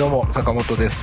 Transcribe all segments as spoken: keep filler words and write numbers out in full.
どうも坂本です。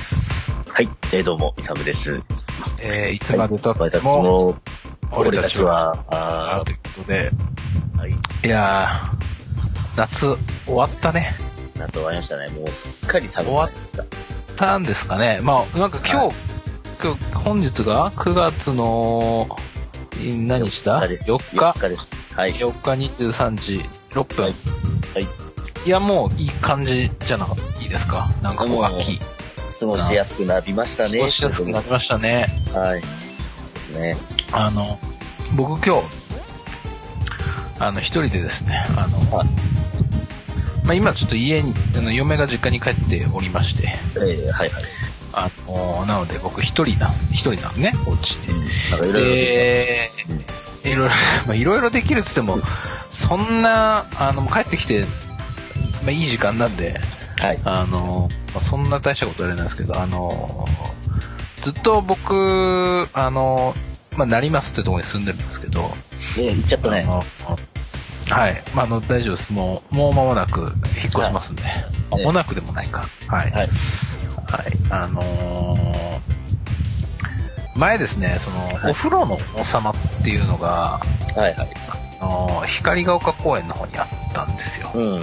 はい、えー、どうもイサムです。 えー、いつまで経っても、 はい、俺たちはあーということで、 はい、 いやー夏終わったね。 夏終わりましたね。もうすっかり寒くなりました。 終わったんですかね。まあなんか今日、はい、今日本日がくがつの何日だ？よっか。 よっかです。はい。 よっかにじゅうさんじろっぷん。はい。 はい、 いやもういい感じじゃなかったいいですか？なんかこう秋。 過ごしやすくなりましたね。 過ごしやすくなりましたね。 はい。ですね。 あの僕今日あの一人でですね、あの、はい、まあ今ちょっと家にあの嫁が実家に帰っておりまして、 えー、はいはい。 あのなので僕一人な一人なんねお家で、 うん、 でいろいろまあいろいろできるっつってもそんなあの帰ってきてまあいい時間なんで、はい、あのまあ、そんな大したことは言えないんですけど、あのずっと僕あのまあ成増ってところに住んでるんですけど、 えー、行っちゃったね。 はい、まあ、あの大丈夫です。もうもう間もなく引っ越しますんで、はい、間もなくでもないか。はい。はい。はい、あのー、前ですね、その、はい、お風呂の王様っていうのが、はいはい。あのー、光が丘公園の方にあったんですよ。うん。はい。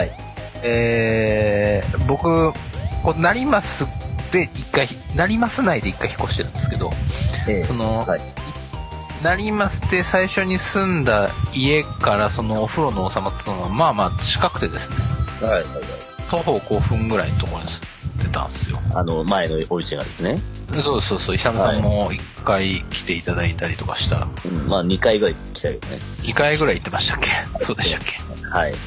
えー、僕こう成増で一回成増内で一回引っ越してるんですけど、えー、その。はい、成増で最初に住んだ家からそのお風呂の王様っていうのはまあまあ近くてですね、はいはいはい、徒歩ごふんぐらいのところに住んでたんですよ。 あの前のお家がですね。 そうそうそう、イサムさんもいっかい来ていただいたりとかした、はい、 うん、まあにかいぐらい来たよね。 にかいぐらい行ってましたっけ？そうでしたっけ？はい、うん、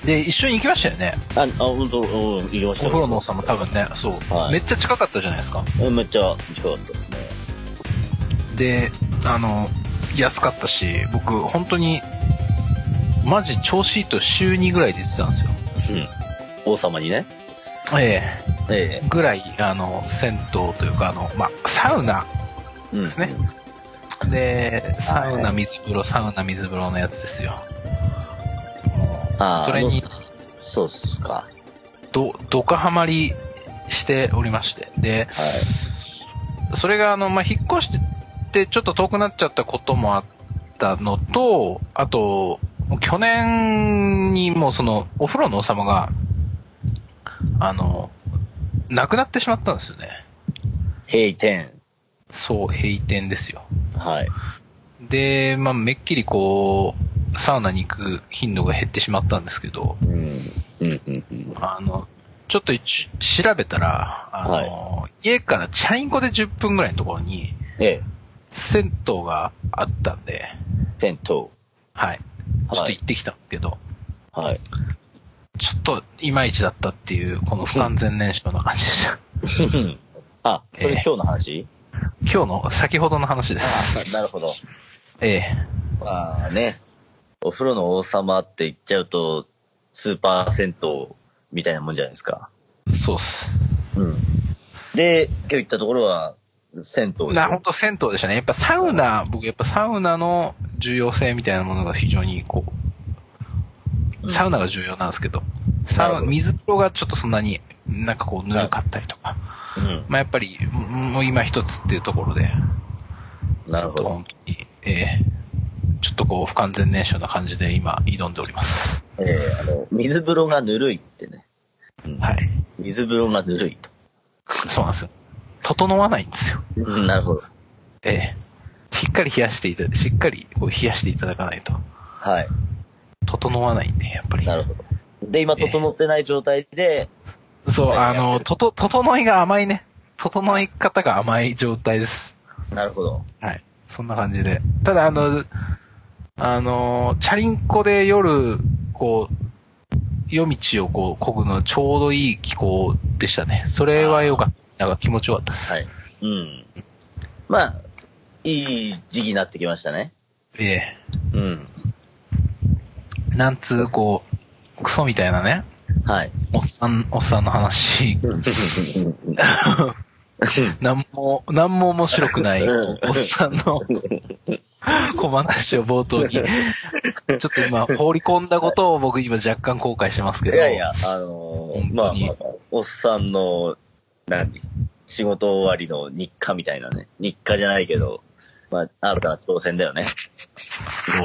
で一緒に行きましたよね。 ああ本当、うん、行きました。 お風呂の王様多分ね、そう、はい、めっちゃ近かったじゃないですか。 めっちゃ近かったですね。 で、あの安かったし、僕本当にマジ調子いいと週にぐらいで行ってたんですよ。 うん。王様にね。 ええええぐらいあの銭湯というかあのまあサウナですね。うん、でサウナ水風呂サウナ水風呂のやつですよ。あそれにそうっすか。 どどかハマりしておりましてで、はい、それがあのまあ引っ越してでちょっと遠くなっちゃったこともあったのと、あと去年にもそのお風呂の王様があの亡くなってしまったんですよね。 閉店。 そう閉店ですよ。 はい。でまあめっきりこうサウナに行く頻度が減ってしまったんですけど、うんうんうんうん、あのちょっと一調べたらあの、はい、家からチャリンコでじゅっぷんぐらいのところに。ええ銭湯があったんで。 銭湯。はい。 ちょっと行ってきたんですけど。 はい。 ちょっといまいちだったっていう、この不完全燃焼な感じでした。 あ、それ今日の話、 えー、今日の先ほどの話です。 なるほど。 ええー。 まあね、お風呂の王様って言っちゃうと、スーパー銭湯みたいなもんじゃないですか。 そうっす。 うん。で、今日行ったところは、銭湯な、本当銭湯でしたね。やっぱサウナ、僕やっぱサウナの重要性みたいなものが非常にこう、サウナが重要なんですけど、サウナ、水風呂がちょっとそんなになんかこうぬるかったりとか、うん、まあやっぱりもう今一つっていうところで、 なるほど。 本当に、えー、ちょっとこう不完全燃焼な感じで今挑んでおります。 ええー、あの水風呂がぬるいってね。 うん、はい。 水風呂がぬるいと。 そうなんですよ。整わないんですよ。 うん、なるほど。 ええ。しっかり冷やしていただ、しっかりこう冷やしていただかないと。はい。整わないんで、やっぱり。 なるほど。で、今、整ってない状態で、 ええ、そう、あの、とと、整いが甘いね。整い方が甘い状態です。 なるほど。 はい。そんな感じで。ただ、あの、あの、チャリンコで夜、こう、夜道をこう、漕ぐのちょうどいい気候でしたね。それは良かった。なんか気持ちよかったです。はい。 うん。まあ、いい時期になってきましたね。 ええ。うん。なんつう、こう、クソみたいなね。はい。おっさん、おっさんの話。なんも、なんも面白くない、おっさんの小話を冒頭に、ちょっと今、放り込んだことを僕今若干後悔してますけど。 いやいや、あのの、まあ、まあ、おっさんの、何、仕事終わりの日課みたいなね。日課じゃないけど、まあ、新たな挑戦だよね。 そう。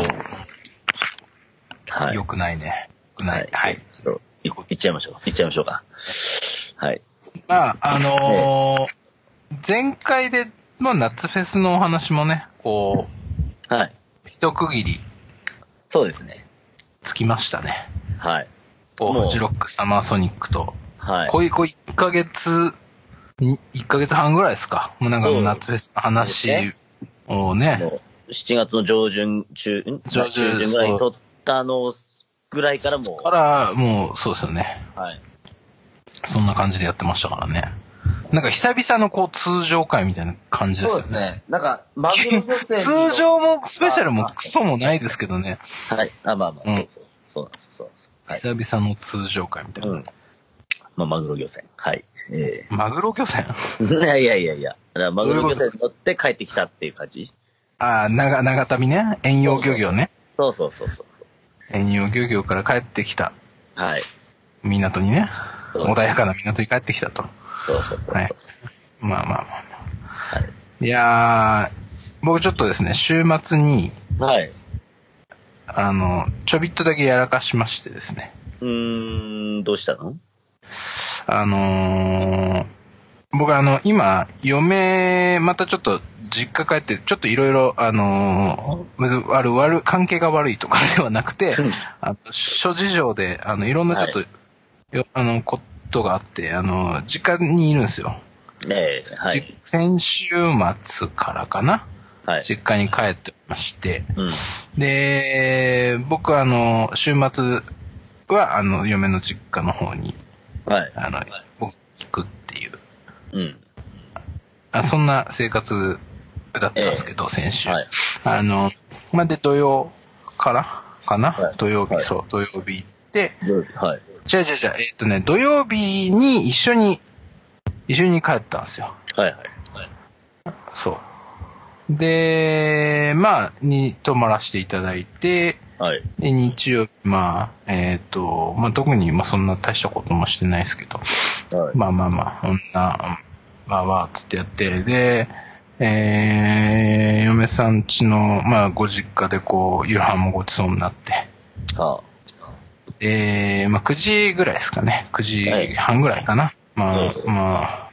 はい。 よくないね。よくない。はい。 はい、い, いっちゃいましょう。いっちゃいましょうか。はい。 まあ、あのー、前回での夏フェスのお話もね、こう、はい。 一区切り。 そうですね。 つきましたね。 はい。 こう、フジロックサマーソニックと。 はい。 こういう、こういっかげつ、いっかげつはんぐらいですか。もうなんか夏フェスの話をね。 もうしちがつの上旬、中、上旬ぐらいに撮ったのぐらいからもう。 から、もう、そうですよね。 はい。 そんな感じでやってましたからね。なんか久々のこう通常回みたいな感じですよね。 そうですね。なんか、マグロ漁船通常もスペシャルもクソもないですけどね。 はい。あ、まあまあ、うん、そうそう。そうなんです、そうなんです。 はい、久々の通常回みたいな。うん。 まあ、マグロ漁船。はい。 えー、マグロ漁船いやいやいやいや。だからマグロ漁船乗って帰ってきたっていう感じ。 ああ、長、長旅ね。遠洋漁業ね。 そうそうそうそうそう。 遠洋漁業から帰ってきた。 はい。 港にね。穏やかな港に帰ってきたと。 そうそうそう。 はい。まあまあまあまあ。はい。いやー、僕ちょっとですね、週末に、 はい。 あの、ちょびっとだけやらかしましてですね。 うーん、どうしたの？ あのー、僕あの、今、嫁、またちょっと実家帰って、ちょっといろいろ、あのー、悪、悪、関係が悪いとかではなくて、あの諸事情で、あの、いろんなちょっと、はい、あの、ことがあって、あの、実家にいるんですよ。 ええー、はい。 先週末からかな。はい、実家に帰ってまして、うん、で、僕あの、週末は、あの、嫁の実家の方に、はい、あの、僕行くっていう、うん、あ、そんな生活だったんですけど、えー、先週。はい、あの、まあ、で、土曜からかな、はい、土曜日、はい、そう、土曜日行って、はい。じゃあじゃあじゃあ、えっとね、土曜日に一緒に、一緒に帰ったんですよ。 はいはい。 そう。で、まあ、に泊まらせていただいて、はい。で、日曜日、まあ、えっと、まあ、特に、まあ、そんな大したこともしてないですけど、はい、まあまあまあ、こんな、まあまあ、つってやって、で、えー、嫁さん家の、まあ、ご実家でこう、夕飯もごちそうになって、はあ、で、まあ、くじぐらいですかね、くじはんぐらいかな。はい、まあ、はい、まあ、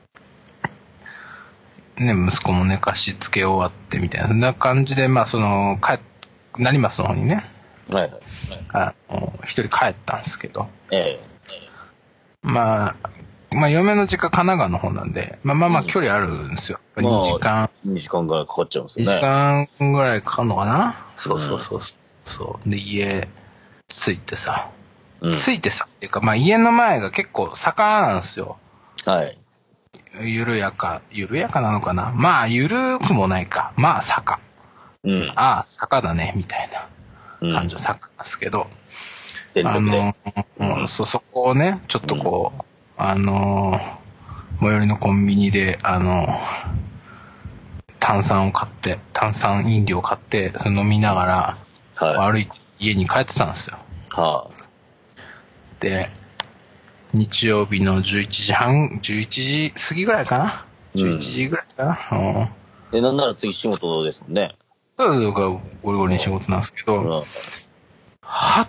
ね、息子も寝かしつけ終わってみたいな、そんな感じで、まあ、その、帰、成増の方にね、はいはい、あの、一人帰ったんですけど、ええ、まあ、まあ、嫁の実家神奈川の方なんで、まあまあまあ距離あるんですよ。うん、にじかん、まあ。 にじかんぐらいかかっちゃうんですよね。 にじかんぐらいかかるのかな、そうそうそう。そう。で、家、着いてさ、うん、着いてさ、っていうか、まあ家の前が結構坂なんですよ。はい。緩やか、緩やかなのかな、まあ、緩くもないか。まあ、坂。うん。ああ、坂だね、みたいな感じの坂なんですけど。うん、あの、うん、そ、そこをね、ちょっとこう、うん、あの、最寄りのコンビニで、あの、炭酸を買って、炭酸飲料を買って、それ飲みながら、はい、歩いて家に帰ってたんですよ。はあ、で、日曜日のじゅういちじはん、じゅういちじ過ぎぐらいかな、うん、じゅういちじぐらいかな。うん。 で、なんなら次仕事ですもんね。 そうです、僕はゴリゴリに仕事なんですけど、うん、はって、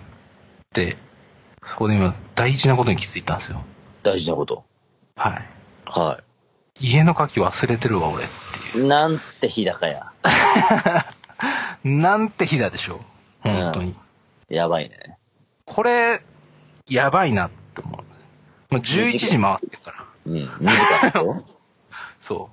そこで今大事なことに気づいたんですよ。 大事なこと。 はい。 はい。 家の鍵忘れてるわ、俺っていう。 なんて日高や。 なんて日だでしょう。本当に。 うん、やばいね。 これ、やばいなって思う。もうじゅういちじ回ってるから。 うん。にじかんでしょそう。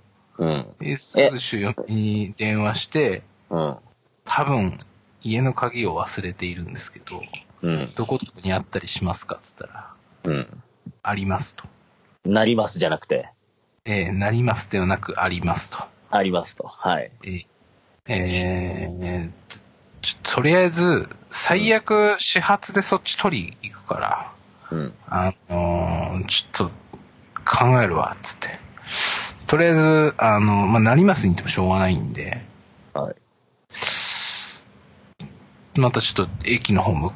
うん。すぐ主要に電話して、うん。多分、家の鍵を忘れているんですけど、うん。どこどこにあったりしますかって言ったら、うん。ありますと。 なりますじゃなくて。 ええー、なりますではなく、ありますと。 ありますと。はい。 えー、えー、ちょ、とりあえず、最悪始発でそっち取り行くから、うん。あのー、ちょっと考えるわ、つって。とりあえず、あの、まあ、なりますに言ってもしょうがないんで、はい。またちょっと駅の方向かっ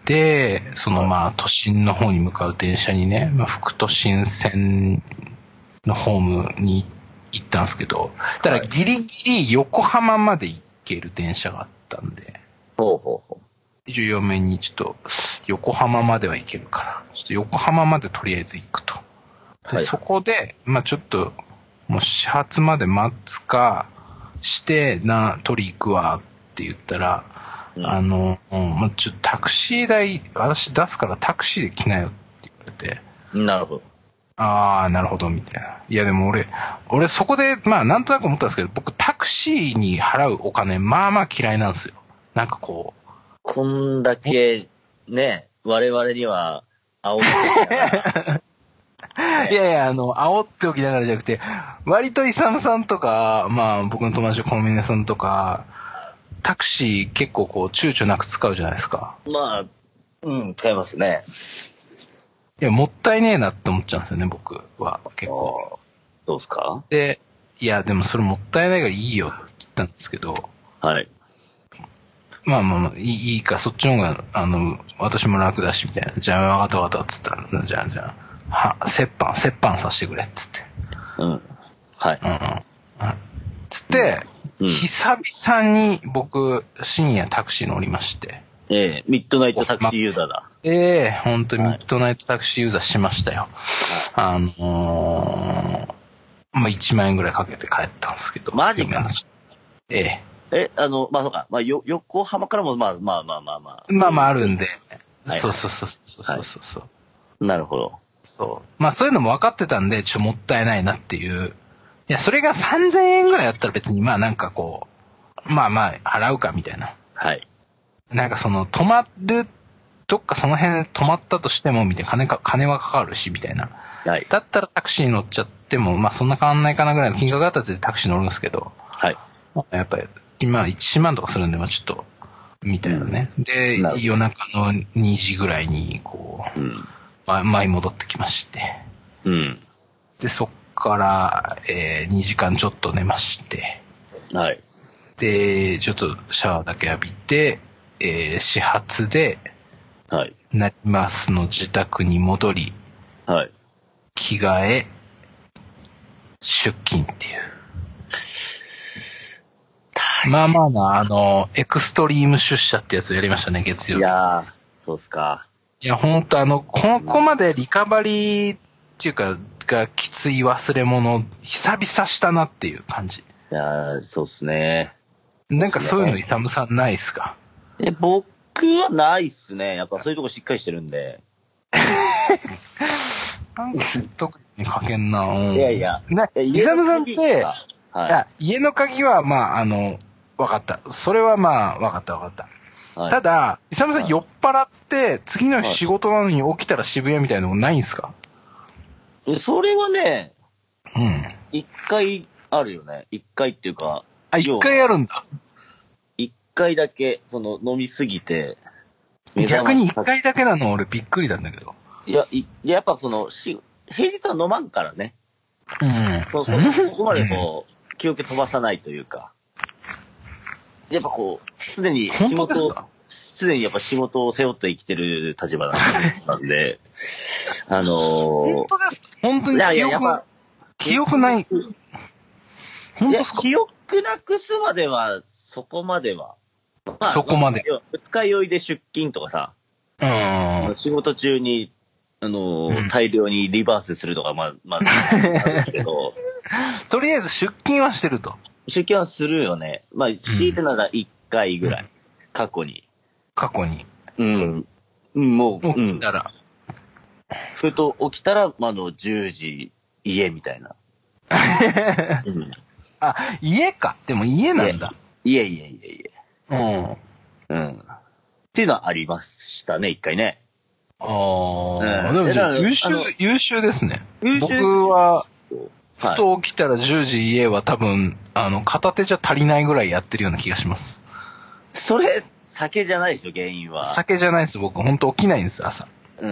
で、そのまあ都心の方に向かう電車にね、まあ、副都心線のホームに行ったんですけど、ただギリギリ横浜まで行ける電車があったんで、 ほうほうほう。 じゅうよんめんにちょっと横浜までは行けるから、ちょっと横浜までとりあえず行くと。で、はい、そこで、まあちょっと、もう始発まで待つかして、な、取り行くわって言ったら、うん、あの、うん、もうちょっとタクシー代、私出すからタクシーで来なよって言われて。 なるほど。 ああ、なるほど、みたいな。いや、でも俺、俺そこで、まあなんとなく思ったんですけど、僕タクシーに払うお金、まあまあ嫌いなんですよ。なんかこう。 こんだけ、ね、我々には、煽ってたね、いやいや、あの、煽っておきながらじゃなくて、割とイサムさんとか、まあ僕の友達のコンビニさんとか、タクシー結構こう躊躇なく使うじゃないですか。 まあ、うん、使いますね。 いや、もったいねえなって思っちゃうんですよね、僕は。結構。 どうですか？ で、いや、でもそれもったいないからいいよって言ったんですけど。 はい。 まあまあまあ、いい、いいか、そっちの方が、あの、私も楽だし、みたいな。じゃあ、わかったわかった、つったら、じゃあ、じゃあ、は、折半、折半させてくれ、つって。 うん。はい。 うんうん。つって、うん、久々に僕、深夜タクシー乗りまして。 ええー、ミッドナイトタクシーユーザーだ。 ええー、ほんとミッドナイトタクシーユーザーしましたよ。はい、あのー、まあ、いちまんえんぐらいかけて帰ったんですけど。 マジか。 ええー。 え、あの、まあ、そうか。まあ、よ、横浜からも、まあ、まあまあまあまあ。 まあまああるんで。 はい、 そうそうそうそうそうそうそう、はい。 なるほど。 そう。まあそういうのも分かってたんで、ちょっともったいないなっていう。いや、それがさんぜんえんぐらいだったら別に、まあなんかこう、まあまあ払うかみたいな。 はい。 なんかその、泊まる、どっかその辺泊まったとしても、みたいな、金か、金はかかるし、みたいな。 はい。 だったらタクシーに乗っちゃっても、まあそんな変わんないかなぐらいの金額だったらタクシー乗るんですけど。 はい。 やっぱり、今いちまんとかするんで、まあちょっと、みたいなね。うん、で、夜中のにじぐらいに、こう、うん、ま、舞い戻ってきまして。 うん。 で、そっから、えー、にじかんちょっと寝まして。 はい。 で、ちょっとシャワーだけ浴びて、えー、始発で、 はい。 成増の自宅に戻り、 はい。 着替え、出勤っていう。まあまあな、あの、エクストリーム出社ってやつをやりましたね、月曜日。 いやー、そうっすか。 いや、ほんとあの、ここまでリカバリーっていうか、がきつい忘れ物、久々したなっていう感じ。 いやー、そうっすね。 なんかそういうの、イタムさんないっすか？ え、僕はないっすね。やっぱそういうとこしっかりしてるんで。 なんか特にかけんな。うん、 いやいや。 イタムさんって、はい、いや、家の鍵は、まあ、あの、わかった。それはまあ、わかったわかった。はい、ただ、イサムさん、はい、酔っ払って、次の日仕事なのに起きたら渋谷みたいなのもないんすか？ それはね、 うん。 一回あるよね。一回っていうか。 あ、一回あるんだ。 一回だけ、その、飲みすぎて。 逆に一回だけなの俺びっくりなんだけど。 いや、いやっぱその、し、平日は飲まんからね。 うん。 そうそう。そこまでこう、気を気飛ばさないというか。やっぱこう、常に仕事を、常にやっぱ仕事を背負って生きてる立場なんで、あのー、 本当ですか？本当に記憶、いやいや記憶ない。本当ですか？ 記憶なくすまでは、そこまでは。 まあ、そこまで。 二日酔いで出勤とかさ、 うん、 仕事中に、あのーうん、大量にリバースするとか、まあ、まあ、ですけど。 とりあえず出勤はしてると。 出勤はするよね。まあ、強いてならいっかいぐらい、うん、過去に。 過去に。 うん。もう、 起きたら。 うん、ふと起きたら、まあの、じゅうじ、家みたいな。 うん、あ、家か。でも家なんだ。 家、家、家、家。 うん。 うん。っていうのはありましたね、一回ね。 ああ、うん、でもじゃあ優秀、優秀ですね。優秀。僕は、ふと起きたらじゅうじ家は多分、あの、片手じゃ足りないぐらいやってるような気がします。 それ、酒じゃないでしょ、原因は。 酒じゃないです、僕。本当起きないんです、朝。 うん。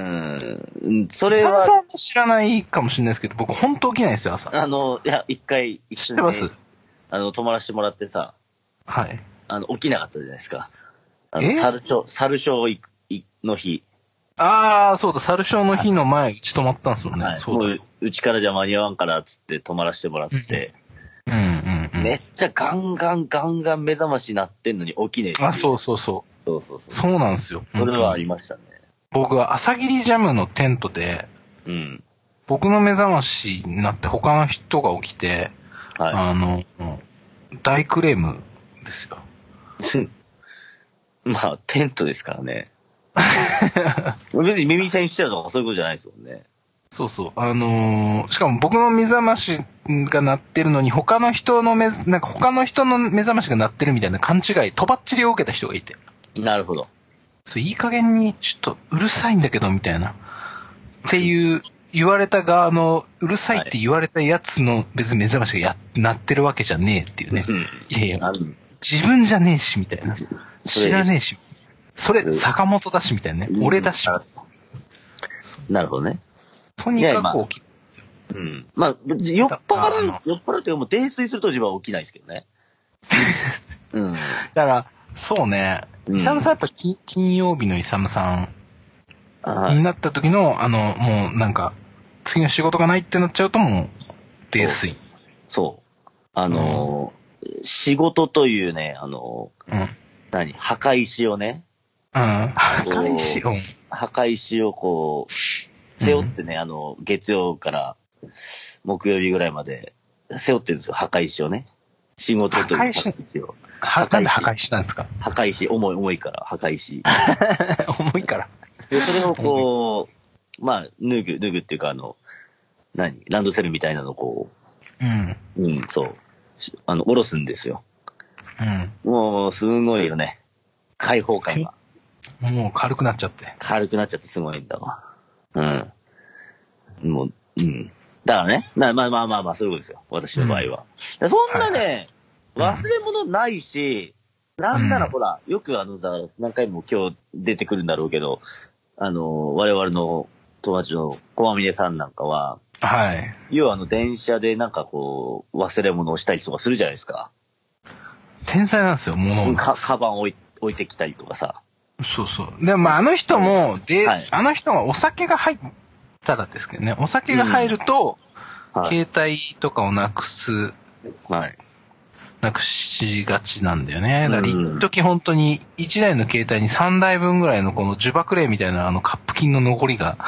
それは。 さんさんも知らないかもしれないですけど、僕本当起きないですよ、朝。 あの、いや、一回、 知ってます？ あの、泊まらせてもらってさ。 はい。 あの、起きなかったじゃないですか。あの、猿症、猿症行の日。 ああ、そうだ、猿ショーの日の前、うち泊まったんですよね。 はい、 そうだ。 もう、うちからじゃ間に合わんからっつって泊まらせてもらって。 うん、うん、うんうん。 めっちゃガンガンガンガン目覚ましなってんのに起きねえ。 あ、そうそうそう。 そうそうそう。 そうなんですよ。 それはありましたね。 僕は朝霧ジャムのテントで、 うん。 僕の目覚ましになって他の人が起きて、はい、あの、大クレームですよ。 まあ、テントですからね。別に耳栓してるとかそういうことじゃないですもんね。 そうそう。あのー、しかも僕の目覚ましが鳴ってるのに他の人の目、なんか他の人の目覚ましが鳴ってるみたいな勘違い、とばっちりを受けた人がいて。 なるほど。 そう、いい加減にちょっとうるさいんだけどみたいな。っていう言われた側のうるさいって言われたやつの別に目覚ましがや鳴ってるわけじゃねえっていうね。いやいや、自分じゃねえしみたいな。知らねえし。それ坂本だしみたいなね。俺だし。 なるほどね。 とにかく起きるんですよ。 うん。まあ、酔っ払う、酔っ払うというかもう泥酔すると自分は起きないですけどね。うん。 だから、そうね。イサムさんやっぱき金曜日のイサムさんになった時の、あの、もうなんか、次の仕事がないってなっちゃうともう、泥酔。 そう。あのーうん、仕事というね、あのー、うん、何墓石をね。 うん。墓石を。 墓石をこう、背負ってね、うん、あの、月曜から木曜日ぐらいまで背負ってるんですよ、墓石をね。仕事という墓石を。なんで墓石なんですか？ 墓石、重い、重いから、墓石。 重いから。 で、それをこう、まあ、脱ぐ、脱ぐっていうか、あの、何ランドセルみたいなのをこう、うん。 うん、そう。あの、下ろすんですよ。 うん。 もう、すごいよね。開放感が。 もう軽くなっちゃって。 軽くなっちゃってすごいんだわ。うん。もう、うん。だからね、まあまあまあまあまあ、そういうことですよ。私の場合は。うん、そんなね、はい、忘れ物ないし、うん、なんならほら、よくあの、何回も今日出てくるんだろうけど、あの、我々の友達の小まみねさんなんかは、 はい。 要はあの、電車でなんかこう、忘れ物をしたりとかするじゃないですか。 天才なんですよ、物を。 か、カバン置い、置いてきたりとかさ。 そうそう。でも、まあ、あの人も、で、はい、あの人はお酒が入ったらですけどね、お酒が入ると、うんはい、携帯とかをなくす、 はい。 なくしがちなんだよね。だから一時本当にいちだいの携帯にさんだいぶんぐらいのこの呪縛霊みたいなあのカップ金の残りが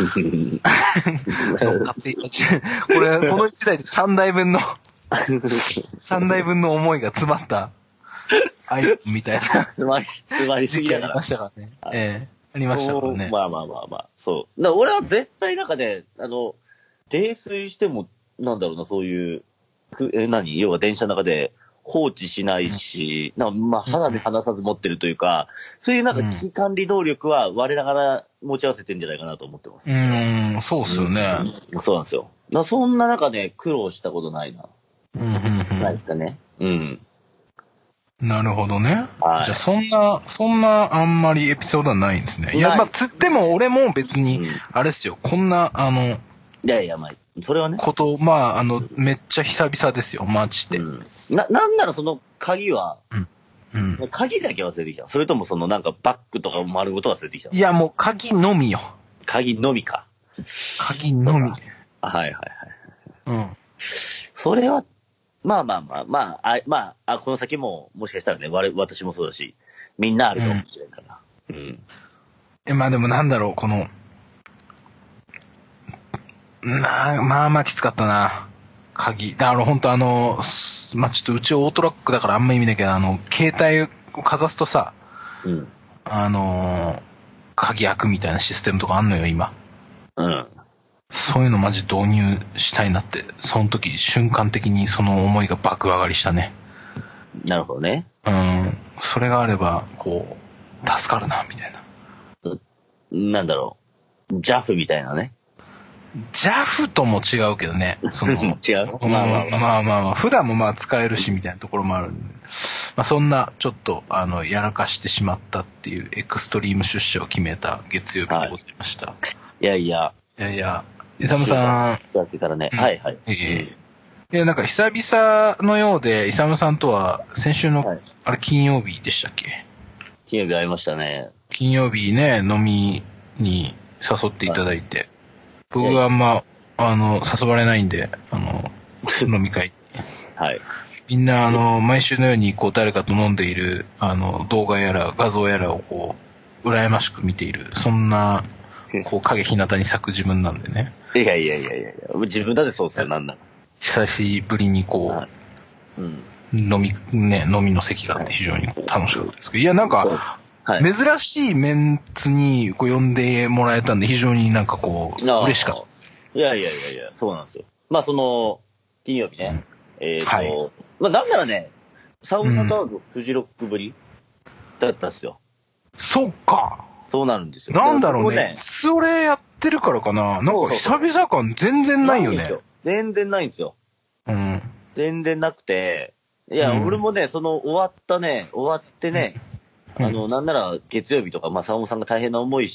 乗っかっていた。これ、このいちだいでさんだいぶんのさんだいぶんの思いが詰まったアイテムみたいな。 詰まり、詰まりすぎやありましたからね。ええありましたからね。 まあまあまあまあ、そう。だから俺は絶対なんかね、あの、泥酔しても、なんだろうな、そういう、くえ何要は電車の中で放置しないし、うん、なんかまあ花火離さず持ってるというか、うん、そういうなんか危機管理能力は我ながら持ち合わせてるんじゃないかなと思ってます。 うーん、そうっすよね。 うん、そうなんですよ。だそんな中ね、苦労したことないな。 うんうんうん、 ないですかね。うん。 なるほどね。 はい、 じゃあそんな、そんなあんまりエピソードはないんですね。いや、まあ、つっても俺も別に、あれっすよ、こんな、あの、いやいや、まあ、それはね。 こと、まあ、あの、めっちゃ久々ですよ、マジで。 うん、な、なんならその鍵は、 うんうん、 鍵だけ忘れてきた。それともそのなんかバッグとか丸ごと忘れてきた。 いや、もう鍵のみよ。 鍵のみか。 鍵のみ。 はいはいはい。 うん。 それは、まあまあまあ、まあ、あまあ、あこの先も、もしかしたらね、我私もそうだし、みんなあるかもしれないから。うん。うん、 え、まあでもなんだろう、この、なあ、まあまあきつかったな。鍵。だから本当あの、まあちょっとうちオートロックだからあんま意味ないけど、あの、携帯をかざすとさ、 うん。 あの、鍵開くみたいなシステムとかあんのよ、今。 うん。 そういうのマジ導入したいなって、その時瞬間的にその思いが爆上がりしたね。 なるほどね。 うん。それがあれば、こう、助かるな、みたいな。 なんだろう。ジャフ みたいなね。 ジャフ とも違うけどね。その違う、 うん、まあまあまあまあ。普段もまあ使えるしみたいなところもあるんで。まあそんな、ちょっと、あの、やらかしてしまったっていうエクストリーム出社を決めた月曜日でございました。はい、 いやいや。 いやいや。イサムさん。 やってからね。うん、はいはい。 ええ。いや、なんか久々のようで、イサムさんとは先週の、はい、あれ金曜日でしたっけ？ 金曜日会いましたね。 金曜日ね、飲みに誘っていただいて。僕はあんま、あの、誘われないんで、あの、飲み会。 はい。 みんな、あの、毎週のように、こう、誰かと飲んでいる、あの、動画やら、画像やらを、こう、羨ましく見ている、そんな、こう、影日向に咲く自分なんでね。 いやいやいやいやいや、自分だってそうっすよ、なんだ。 久しぶりに、こう、はい、うん、飲み、ね、飲みの席があって非常に楽しかったですけど、いや、なんか、はい、珍しいメンツにこう呼んでもらえたんで、非常になんかこう、嬉しかったです。 いやいやいやいや、そうなんですよ。まあ、その、金曜日ね、うん、えっ、ー、と、はい、まあ、なんならね、サオさんと会うフジロックぶりだったんですよ。 そっか。 そうなるんですよ。 なんだろうね。それやってるからかな。なんか久々感全然ないよね。 全然ないんですよ。 うん。 全然なくて、いや、うん、俺もね、その終わったね、終わってね、うん、あの、なんなら月曜日とか、まあ、サオモさんが大変な思いして、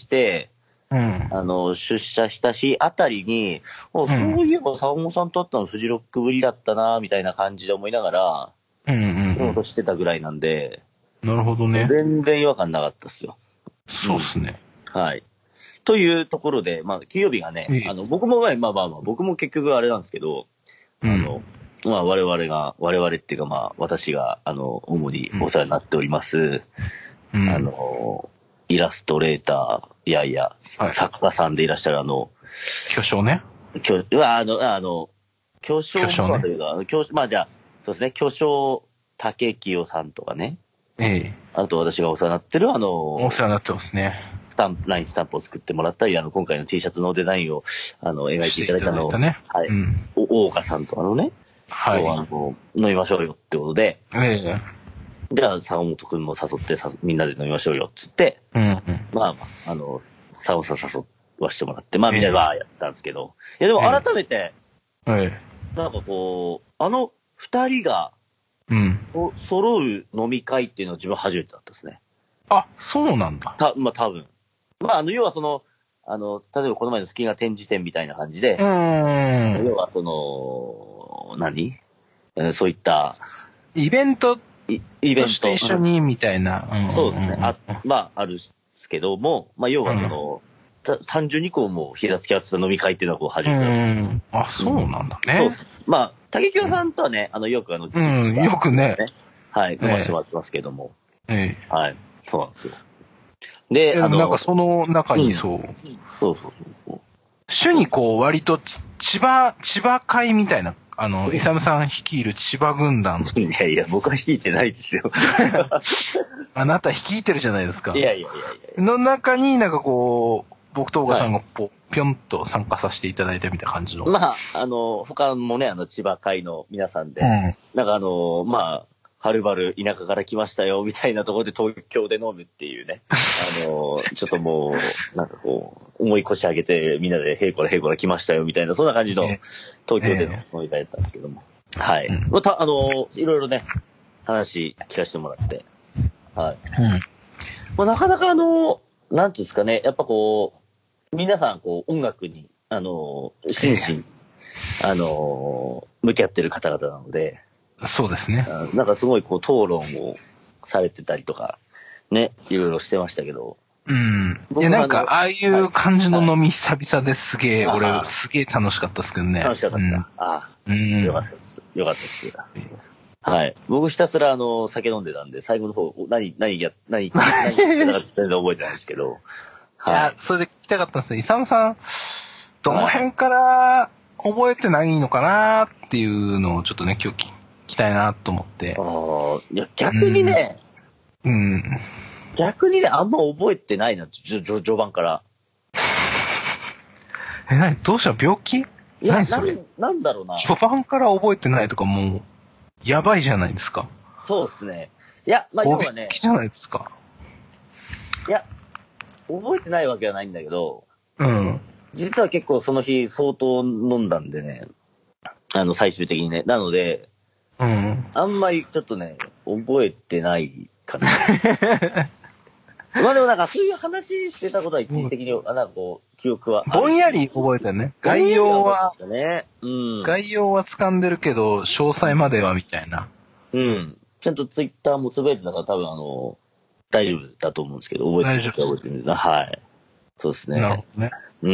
うん、あの、出社した日あたりに、うん、そういえばサオモさんと会ったのフジロックぶりだったな、みたいな感じで思いながら、うんうんうん。ことしてたぐらいなんで、 なるほどね。 全然違和感なかったっすよ。 そうっすね、 うん。はい。というところで、まあ、金曜日がね、あの、僕も、まあまあまあ、僕も結局あれなんですけど、あの、うん、まあ、我々が、我々っていうかまあ、私が、あの、主にお世話になっております、うん、あの、イラストレーター、いやいや、はい、作家さんでいらっしゃるあの、 巨匠ね。 巨、あの、あの、巨匠というか、ね、巨まあじゃあ、そうですね、巨匠竹清さんとかね。 ええ。 あと私がお世話になってるあの、 お世話になってますね。 スタンプ、ラインスタンプを作ってもらったり、あの、今回の T シャツのデザインを、あの、描いていただいたの、たね、はい。うん、大岡さんとかのね、はい。あの、飲みましょうよってことで、ええ。じゃあ、坂本くんも誘ってさ、みんなで飲みましょうよっつって、うんうん、まあまあ、あの、坂本さん誘わしてもらって、まあみんなでわーやったんですけど、いやでも改めて、はい。なんかこう、あの二人が、うん。揃う飲み会っていうのは自分初めてだったですね。 あ、そうなんだ。 た、まあ多分。まああの、要はその、あの、例えばこの前の好きな展示展みたいな感じで、うん。要はその、何、えー、そういった、 イベントイベントとして一緒にみたいな。 うん、そうですね。あ、まああるんですけども、まあ要はその、うん、単純にこうもう平付き合ってた飲み会っていうのはこう初めてだった。うん。 あ、そうなんだね。うん、そうまあ、竹清さんとはね、あの、よくあの、 うん、よくね。 はい、飲ませてもらってますけども。 ええ。 はい。そうなんですよ。で、 あの、なんかその中にそう。うん、 そうそうそう。 主にこう、割と千葉、千葉会みたいな、あの、イサムさん率いる千葉軍団。 いやいや、僕は率いてないですよ。 あなた率いてるじゃないですか。 いやいやいやいや。の中になんかこう、僕と小川さんがぽ、はい、ぴょんと参加させていただいたみたいな感じの。 まあ、あの、他もね、あの、千葉会の皆さんで、うん、なんかあの、まあ、はるばる田舎から来ましたよ、みたいなところで東京で飲むっていうね。あの、ちょっともう、なんかこう、重い腰上げてみんなでへいこらへいこら来ましたよ、みたいな、そんな感じの東京での飲み会だったんですけども。えー、はい。うん、たあの、いろいろね、話聞かせてもらって。はい。うん。まあ、なかなかあの、なんていうんですかね、やっぱこう、皆さんこう、音楽に、あの、真摯に、えー、あの、向き合ってる方々なので、 そうですね。 なんかすごいこう討論をされてたりとか、ね、いろいろしてましたけど。 うん。いや、なんか、ああいう感じの飲み久々ですげえ、はい、俺、すげえ楽しかったですけどね。 楽しかったですか、うん、ああ、うん。よかったです。よかったです。はい。僕ひたすらあの、酒飲んでたんで、最後の方、何、何や、何、何やってなかった全然覚えてないですけど。 はい。いや、それで聞きたかったんですよ。イサムさん、どの辺から覚えてないのかなっていうのをちょっとね、今日聞きたいなと思って。 ああ、いや、逆にね、 うん。うん、 逆にね、あんま覚えてないな、序序盤から。 え、なに、どうしたの、病気？ いや、何それな、なんだろうな。 序盤から覚えてないとかもう、やばいじゃないですか。 そうですね。いや、まあ、要はね。 病気じゃないですか。 いや、覚えてないわけはないんだけど、 うん。 実は結構その日相当飲んだんでね、あの、最終的にね。なので、 うん。 あんまりちょっとね、覚えてないかな。まあでもなんかそういう話してたことは一時的に、うん、なんかこう、記憶は。 ぼんやり覚えてるね。概要は、 ね、うん。 概要は掴んでるけど、詳細まではみたいな。 うん。ちゃんとツイッターもつぶやいてたから多分あの、 大丈夫だと思うんですけど、覚えてる覚えてる。はい。そうですね。 なるほどね。 うん。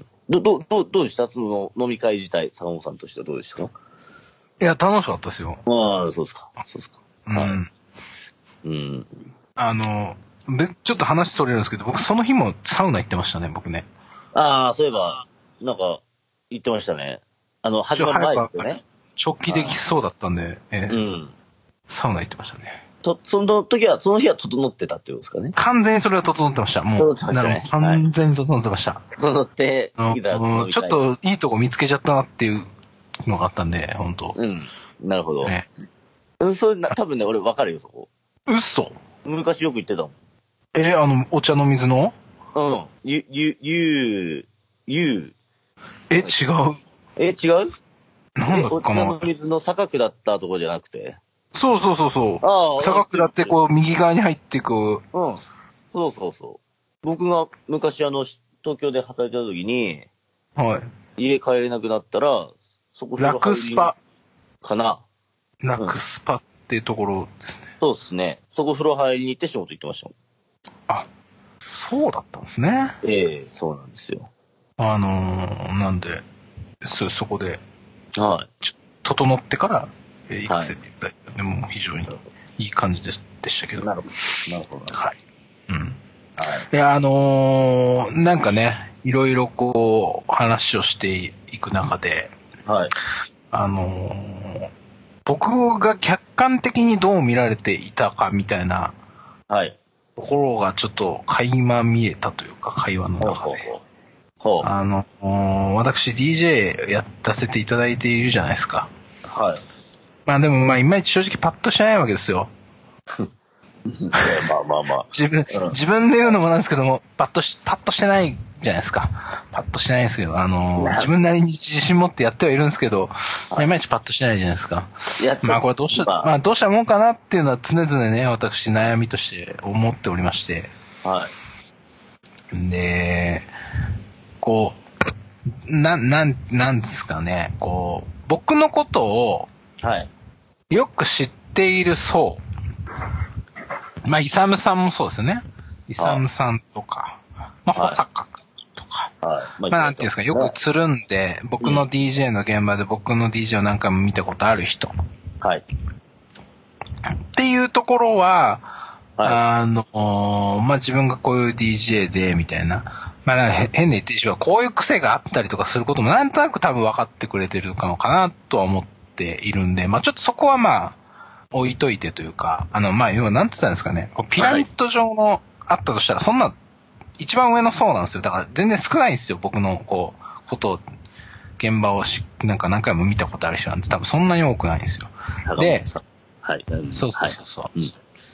ど、ど、ど、どうでしたその飲み会自体、坂本さんとしてはどうでしたか？ いや、楽しかったですよ。 ああ、そうですか。そうですか。はい。 うん。 うん。 あの、べちょっと話それるんですけど、僕その日もサウナ行ってましたね、僕ね。 ああ、そういえば、なんか、言ってましたね。あの、始まる前ですよね。 直帰できそうだったんで、ええ、 うん。 サウナ行ってましたね。 と、その時は、その日は整ってたってことですかね。 完全にそれは整ってました。もう、 整ってましたねなるほど完全に整ってました。 整って、 うん、ちょっといいとこ見つけちゃったなっていうのがあったんで、本当。 うん。なるほど。 ね、 うん、それな、多分ね、俺分かるよ、そこ。 嘘。 昔よく言ってたもん。 えー、あの、お茶の水のうん。ゆ、ゆ、ゆ、ゆ。 え、違う。 え、違うなんだっけかな。 お茶の水の坂下ったとこじゃなくて。 そうそうそうそう。 ああ。 坂下ってこう、右側に入っていく。うん。 そうそうそう。僕が昔あの、東京で働いてた時に、 はい。 家帰れなくなったら、そこラクスパ。 かな。 ラクスパっていうところですね。 うん、そうですね。そこ風呂入りに行って仕事行ってましたもん。 あ、そうだったんですね。 ええー、そうなんですよ。 あのー、なんで、そ、そこで、 はい。 ちょ整ってから、えー、行かせていただいた、はい、でも非常にいい感じででしたけど。 なるほど。なるほど。 はい。うん。はい。 いや、あのー、なんかね、いろいろこう、話をしていく中で、 はい。 あのー、僕が客観的にどう見られていたかみたいな、 はい。 ところがちょっと垣間見えたというか、会話の中で。ほうほうほうほう。あの、私 ディージェー やらせていただいているじゃないですか。 はい。 まあでもまあいまいち正直パッとしないわけですよ。 まあまあまあ。 自分、うん、自分で言うのもなんですけども、パッとし、パッとしてないじゃないですか。パッとしてないですけど、あの、自分なりに自信持ってやってはいるんですけど、はい、いまいちパッとしてないじゃないですか。まあこれどうした、まあどうしたもんかなっていうのは常々ね、私悩みとして思っておりまして。 はい。 で、こう、な、なん、なんですかね、こう、僕のことを、はい。よく知っている層。まあ、イサムさんもそうですよね。イサムさんとか、まあ、保坂くんとか。はい。まあ、なんていうんですか、よくつるんで、僕の ディージェー の現場で僕の ディージェー を何回も見たことある人。はい。っていうところは、はい、あの、まあ、自分がこういう ディージェー で、みたいな。まあ、変で言ってしまう。こういう癖があったりとかすることもなんとなく多分分かってくれてるのかなとは思っているんで、まあ、ちょっとそこはまあ、置いといてというか、あの、まあ、要はなんて言ったんですかね。ピラミッド状のあったとしたら、そんな、一番上の層なんですよ。だから全然少ないんですよ。僕の、こう、ことを、現場をし、なんか何回も見たことある人なんて多分そんなに多くないんですよ。で、はい。そうそうそうそう。はい、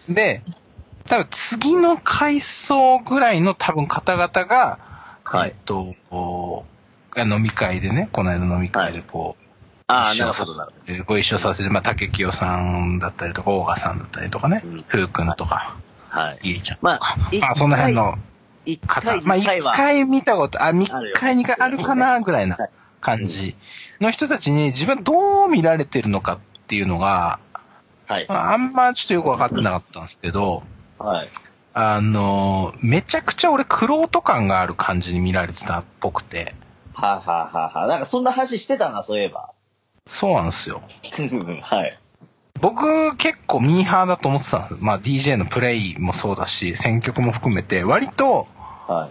で、多分次の階層ぐらいの多分方々が、はい、えっと、飲み会でね、この間飲み会でこう、はい、ああ、なるほど、なるほど。ご一緒させて、まあ、竹清さんだったりとか、大賀さんだったりとかね、うん、ふうくんとか、はい。いいちゃんとか、まあ、まあ、その辺の方、まあ、一回見たこと、あ、一回、二回あるかな、ぐらいな感じの人たちに自分どう見られてるのかっていうのが、はい。まあ、あんまちょっとよくわかってなかったんですけど、はい。あの、めちゃくちゃ俺、玄人感がある感じに見られてたっぽくて。 はあ、はあははあ、なんかそんな話してたな、そういえば。 そうなんですよ。 はい。 僕、結構ミーハーだと思ってたんです。まあ、ディージェー のプレイもそうだし、選曲も含めて、割と、はい。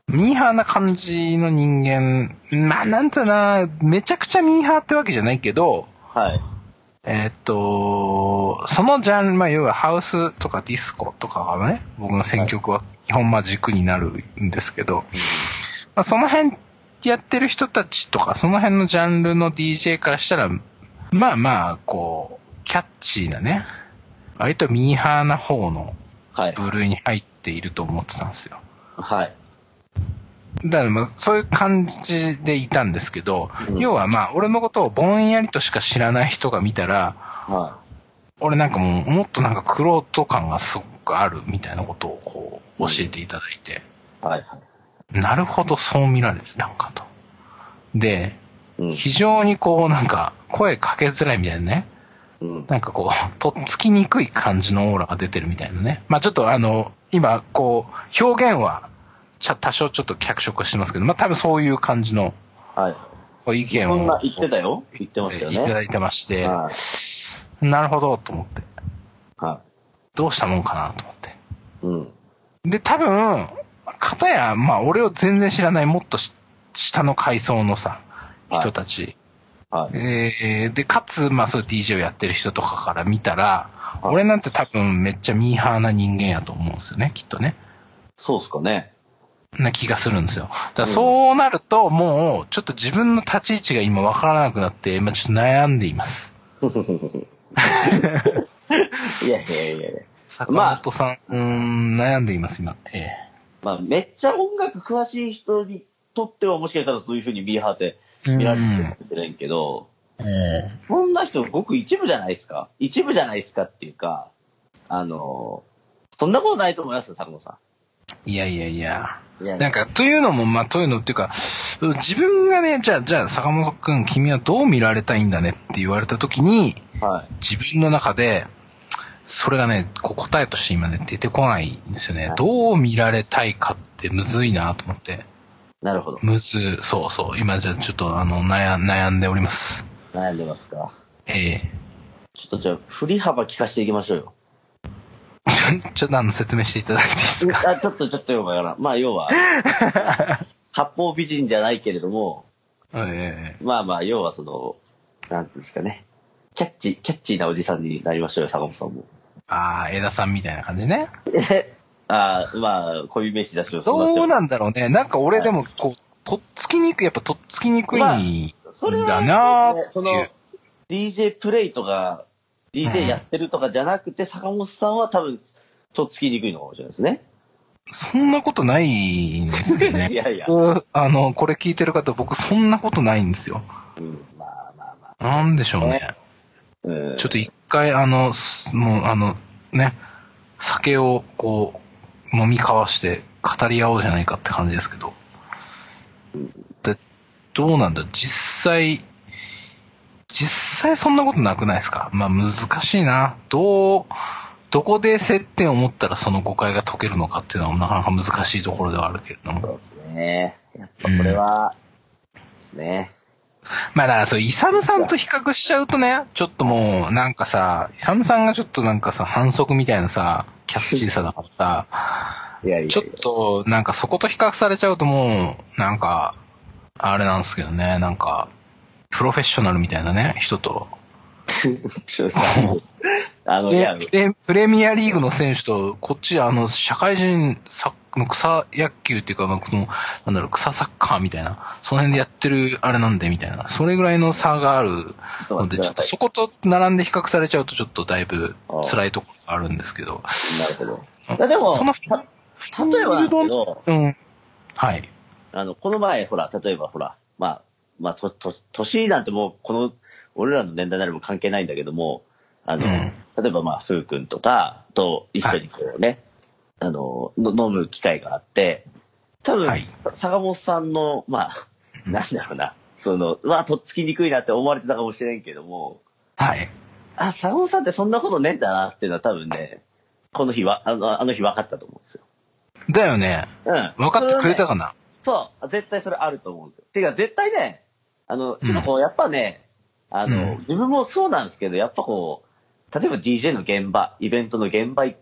ミーハーな感じの人間、まあ、なんてな、めちゃくちゃミーハーってわけじゃないけど、はい。えー、っと、そのジャンル、まあ、要はハウスとかディスコとかがね、僕の選曲は基本まあ軸になるんですけど、はい、まあ、その辺やってる人たちとか、その辺のジャンルの ディージェー からしたら、まあまあ、こう、キャッチーなね、割とミーハーな方の部類に入っていると思ってたんですよ。はい。だからまあそういう感じでいたんですけど、うん、要はまあ俺のことをぼんやりとしか知らない人が見たら、はい、俺なんかもうもっとなんか玄人感がすごくあるみたいなことをこう教えていただいて、うん、はいはい、なるほどそう見られてたのかと。で、うん、非常にこうなんか声かけづらいみたいなね、 うん、 なんかこう、とっつきにくい感じのオーラが出てるみたいなね。まあちょっとあの、今、こう、表現は、多少ちょっと脚色してますけど、まあ多分そういう感じの、 はい。 意見を。 そんな言ってたよ。言ってましたよね。 いただいてまして、はい、なるほど、と思って。 はい。 どうしたもんかな、と思って。 うん。 で、多分、片や、まあ俺を全然知らないもっと下の階層のさ、人たち。はい。えー、で、かつ、まあそういう ディージェー をやってる人とかから見たら、はい、俺なんて多分めっちゃミーハーな人間やと思うんですよね、きっとね。 そうっすかね。 な気がするんですよ。だからそうなると、もう、ちょっと自分の立ち位置が今わからなくなって、今ちょっと悩んでいます。 いやいやいやいや。 坂本さん、まあ、うーん、悩んでいます、今。ええ。 まあ、めっちゃ音楽詳しい人にとってはもしかしたらそういう風にミーハーって見られてるかもしれないけど、うん、そんな人ごく一部じゃないですか。一部じゃないですかっていうか、あの、そんなことないと思いますよ、坂本さん。 いやいやいや。なんか、というのも、まあ、というのっていうか、自分がね、じゃあ、じゃあ、坂本くん、君はどう見られたいんだねって言われたときに、はい、自分の中で、それがね、こう答えとして今ね、出てこないんですよね。はい、どう見られたいかってむずいなと思って。 なるほど。 むず、そうそう。今じゃあちょっとあの、悩、悩んでおります。 悩んでますか。 ええー。ちょっとじゃあ、振り幅聞かせていきましょうよ。 ちょっとあの説明していただいていいですか。 あ、ちょっとちょっとよくわからん。まあ要は八方美人じゃないけれども、 ええ、 まあまあ要はそのなんていうんですかね、キャッチキャッチーなおじさんになりましょうよ、坂本さんも。 ああ、江田さんみたいな感じね。 ああ、まあこういう名詞出しをどうなんだろうね。なんか俺でもこう、はい、とっつきにくいやっぱとっつきにくいんだなーっていう。 その ディージェー プレイとか ディージェー やってるとかじゃなくて、うん、坂本さんは多分とっつきにくいのかもしれないですね。 そんなことないんですよね。 いやいや。 あの、これ聞いてる方、僕そんなことないんですよ。 うん、まあまあまあ。 なんでしょうね。うん、ちょっと一回、あの、もう、あの、ね、酒をこう、飲み交わして語り合おうじゃないかって感じですけど。で、どうなんだ実際、実際そんなことなくないですか？まあ難しいな。どう、どこで接点を持ったらその誤解が解けるのかっていうのはなかなか難しいところではあるけれども。 そうですね。やっぱこれは、うん、ですね。 まあだからそう、イサムさんと比較しちゃうとね、ちょっともうなんかさ、イサムさんがちょっとなんかさ、反則みたいなさ、キャッチーさだからさ、いやいやいやちょっとなんかそこと比較されちゃうともう、なんか、あれなんですけどね、なんか、プロフェッショナルみたいなね、人と。あのプレ、プレミアリーグの選手と、こっち、あの、社会人の草野球っていうか、この、なんだろう、草サッカーみたいな、その辺でやってるあれなんで、みたいな、それぐらいの差があるので、ちょっとそこと並んで比較されちゃうと、ちょっとだいぶ辛いところがあるんですけど。 なるほど。でも、その例えばなんですけど、 うん、はい。 あの、この前、ほら、例えばほら、まあ、まあ、と、と、年なんてもう、この、俺らの年代ならも関係ないんだけども、あの、うん、例えばまあ、ふうくんとかと一緒にこうね、はい、あの、飲む機会があって、多分、はい、坂本さんの、まあ、なんだろうな、その、まあ、とっつきにくいなって思われてたかもしれんけども、 はい。 あ、坂本さんってそんなことねえんだなっていうのは多分ね、この日は、あの、あの日分かったと思うんですよ。 だよね。うん。分かってくれたかな？ そう、絶対それあると思うんですよ。てか、絶対ね、あの、ちょっとこう、やっぱね、うん、あの、うん、自分もそうなんですけど、やっぱこう、例えば ディージェー の現場、イベントの現場行って、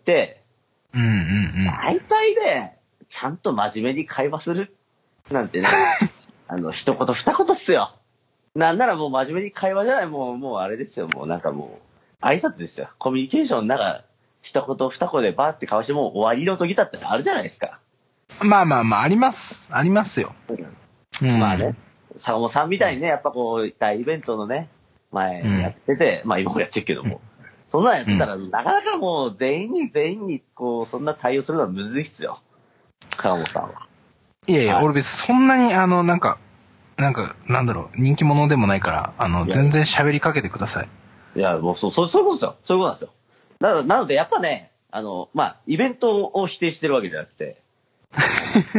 うんうんうん。 大体ね、ちゃんと真面目に会話するなんてね、あの、一言二言っすよ。なんならもう真面目に会話じゃない、もう、もうあれですよ、もうなんかもう、挨拶ですよ。コミュニケーションなんか、一言二言でバーって交わしてもう終わりの時だってあるじゃないですか。 まあまあまあ、あります。ありますよ。 うん、まあね、坂本さんみたいにね、やっぱこう、大イベントのね、前やってて、うん、まあ今もやってるけども、そんなんやってたら、うん、なかなかもう全員に全員にこう、そんな対応するのはむずいっすよ。坂本さんは。 いやいや、はい、俺別にそんなにあの、なんか、なんか、なんだろう、人気者でもないから、あの、全然喋りかけてください。 いや、もうそう、そう、そういうことですよ。そういうことなんですよ。なの、なので、やっぱね、あの、まあ、イベントを否定してるわけじゃなくて、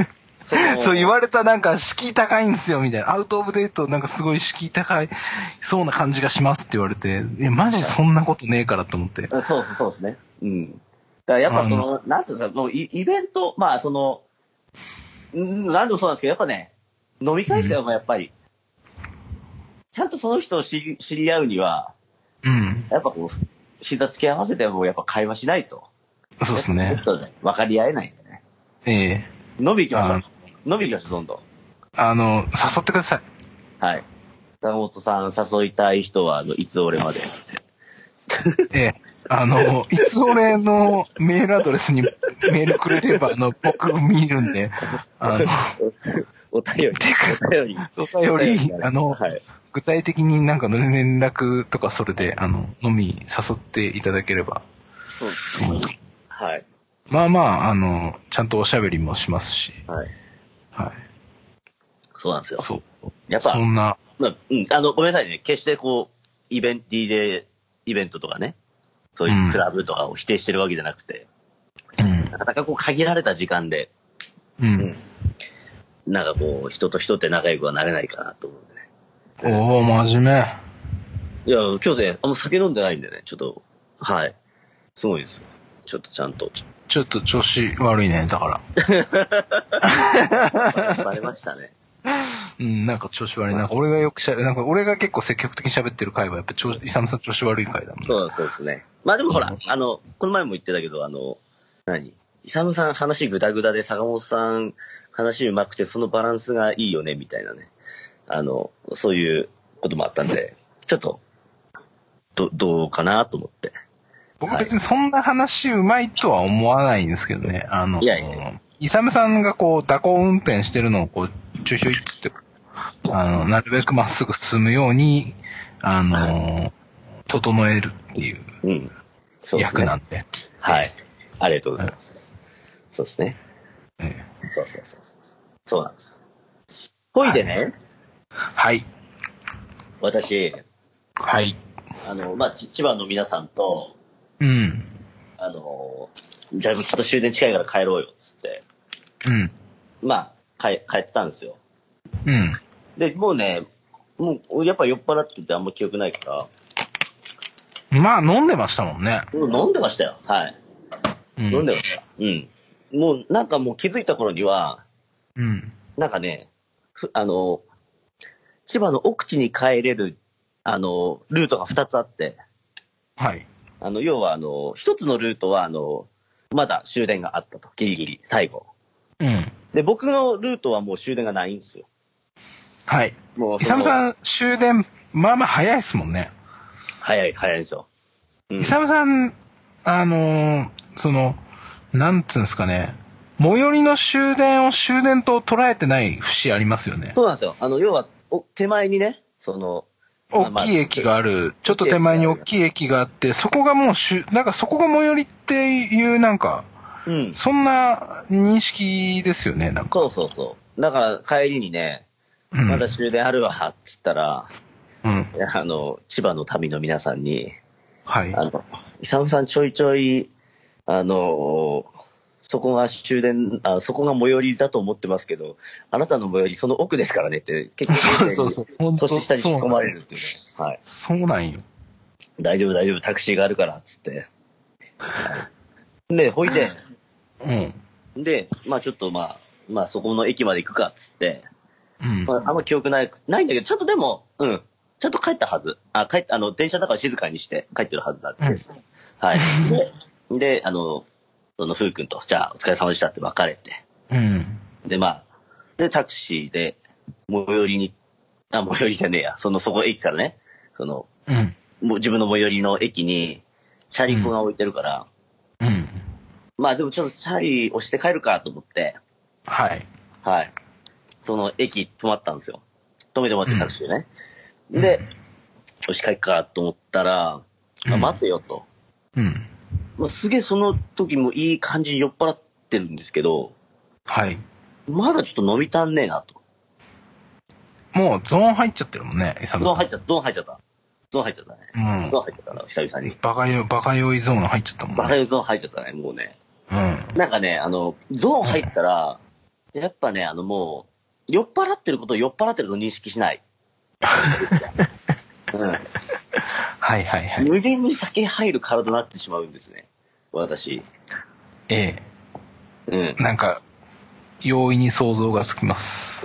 そう言われたなんか敷居高いんですよみたいな。アウトオブデートなんかすごい敷居高いそうな感じがしますって言われて、いやマジそんなことねえからと思って。 そうそうそうですね。うん。だからやっぱその、なんていうんですか、イイベント、まあその、なんでもそうなんですけど、やっぱね、飲み会ですよ、うん、やっぱり。ちゃんとその人を知り、知り合うには、うん。やっぱこう、膝つき合わせてもやっぱ会話しないと。 そうですね。 分かり合えないんでね。 ええー。飲み行きましょう。飲み行きましょう、どんどん。 あの、誘ってください。 はい。坂本さん誘いたい人は、あの、いつ俺まで。 ええ。あの、いつ俺のメールアドレスにメールくれれば、あの、僕見るんで、あの、 お便り。 お便り。お便り、あの、はい、具体的になんかの連絡とかそれで、あの、飲み誘っていただければ。 そうですね。はい。 まあまあ、あの、ちゃんとおしゃべりもしますし。 はい。 はい。 そうなんですよ。 そう。 やっぱ、 そんな。 まあ、うん、あの、ごめんなさいね。決してこう、イベント、ディージェー イベントとかね、そういうクラブとかを否定してるわけじゃなくて、うん。なかなかこう、限られた時間で、うん。うん、なんかこう、人と人って仲良くはなれないかなと思うんでね。おー、真面目。 いや、今日ね、あんま酒飲んでないんでね、ちょっと、はい。すごいですよ。ちょっとちゃんと。 ちょ、ちょっと調子悪いね、だから。 バレましたね。 うん、なんか調子悪い。なんか俺がよくしゃべ、なんか俺が結構積極的に喋ってる回はやっぱ調子、イサムさん調子悪い回だもんね。 そうそうですね。まあでもほら、うん、あの、この前も言ってたけど、あの、何イサムさん話グダグダで坂本さん話上手くてそのバランスがいいよね、みたいなね。あの、そういうこともあったんで、ちょっと、ど、どうかなと思って。 僕別にそんな話うまいとは思わないんですけどね。あの、 いやいやイサムさんがこう、蛇行運転してるのをこう、ちょいちょいっつって、あの、なるべくまっすぐ進むように、あの、はい、整えるっていう役なんで。うん、 そうですね。はい。ありがとうございます。はい、そうですね。ええ、そうそうそうそう。そうなんです。ほいでね。 はい。 私。 はい。 あの、まあ、千葉の皆さんと、 うん。 あの、じゃあちょっと終電近いから帰ろうよ、つって。 うん。 まあ、帰、帰ったんですよ。 うん。 で、もうね、もう、やっぱ酔っ払っててあんま記憶ないから。まあ、飲んでましたもんね。 飲んでましたよ。はい。うん、飲んでました。うん。もう、なんかもう気づいた頃には、 うん。 なんかね、あの、千葉の奥地に帰れる、あの、ルートがふたつあって。 はい。 あの、要はあの、一つのルートはあの、まだ終電があったと。ギリギリ、最後。 うん。 で、僕のルートはもう終電がないんですよ。 はい。もう、イサムさん終電、まあまあ早いですもんね。 早い、早いんですよ。 うん、イサムさん、あのー、その、なんつうんですかね。最寄りの終電を終電と捉えてない節ありますよね。 そうなんですよ。あの、要は、お手前にね、その、 大きい駅がある。ちょっと手前に大きい駅があって、そこがもうしゅ、なんかそこが最寄りっていう、なんか、うん、そんな認識ですよね、なんか。 そうそうそう。だから帰りにね、うん、まだ終電あるわ、っつったら、うん、あの、千葉の民の皆さんに、 はい。 あの、イサムさんちょいちょい、あの、そこが終電、あ、そこが最寄りだと思ってますけど、あなたの最寄りその奥ですからねって、結構、そうそうそう。 年下に突っ込まれるっていうね。はい。 そうなんよ。 大丈夫大丈夫、タクシーがあるから、つって。はい、で、ほいで、うん。で、まあちょっとまあ、まあそこの駅まで行くか、つって。うん。まあ、あんま記憶ない、ないんだけど、ちゃんとでも、うん。ちゃんと帰ったはず。あ、帰っあの、電車だから静かにして帰ってるはずなんです。うん、はい。で、で、あの、その、ふうくんと、じゃあ、お疲れ様でしたって別れて。 うん。 で、まあ、で、タクシーで、最寄りに、あ、最寄りじゃねえや、その、そこ駅からね、その、うん。もう自分の最寄りの駅に、チャリンコが置いてるから、 うん。うん、 まあ、でもちょっとチャリ押して帰るかと思って、 はい。 はい。その、駅止まったんですよ。止めてもらってタクシーね。うん、で、押し帰るかと思ったら、あ、待てよと。 うん。 まあ、すげえその時もいい感じに酔っ払ってるんですけど、 はい。 まだちょっと飲み足んねえなと。 もうゾーン入っちゃってるもんね、 ゾーン入っちゃった、ゾーン入っちゃった。ゾーン入っちゃったね。うん。ゾーン入っちゃったな、久々に。 バカ酔い、バカ酔いゾーン入っちゃったもんね。 バカ酔いゾーン入っちゃったね、もうね。 うん。 なんかね、あの、ゾーン入ったら、 やっぱね、あのもう、酔っ払ってることを酔っ払ってると認識しない。うん、 はいはいはい。 無限に酒入る体になってしまうんですね。私。 ええ。 うん。なんか、容易に想像がつきます。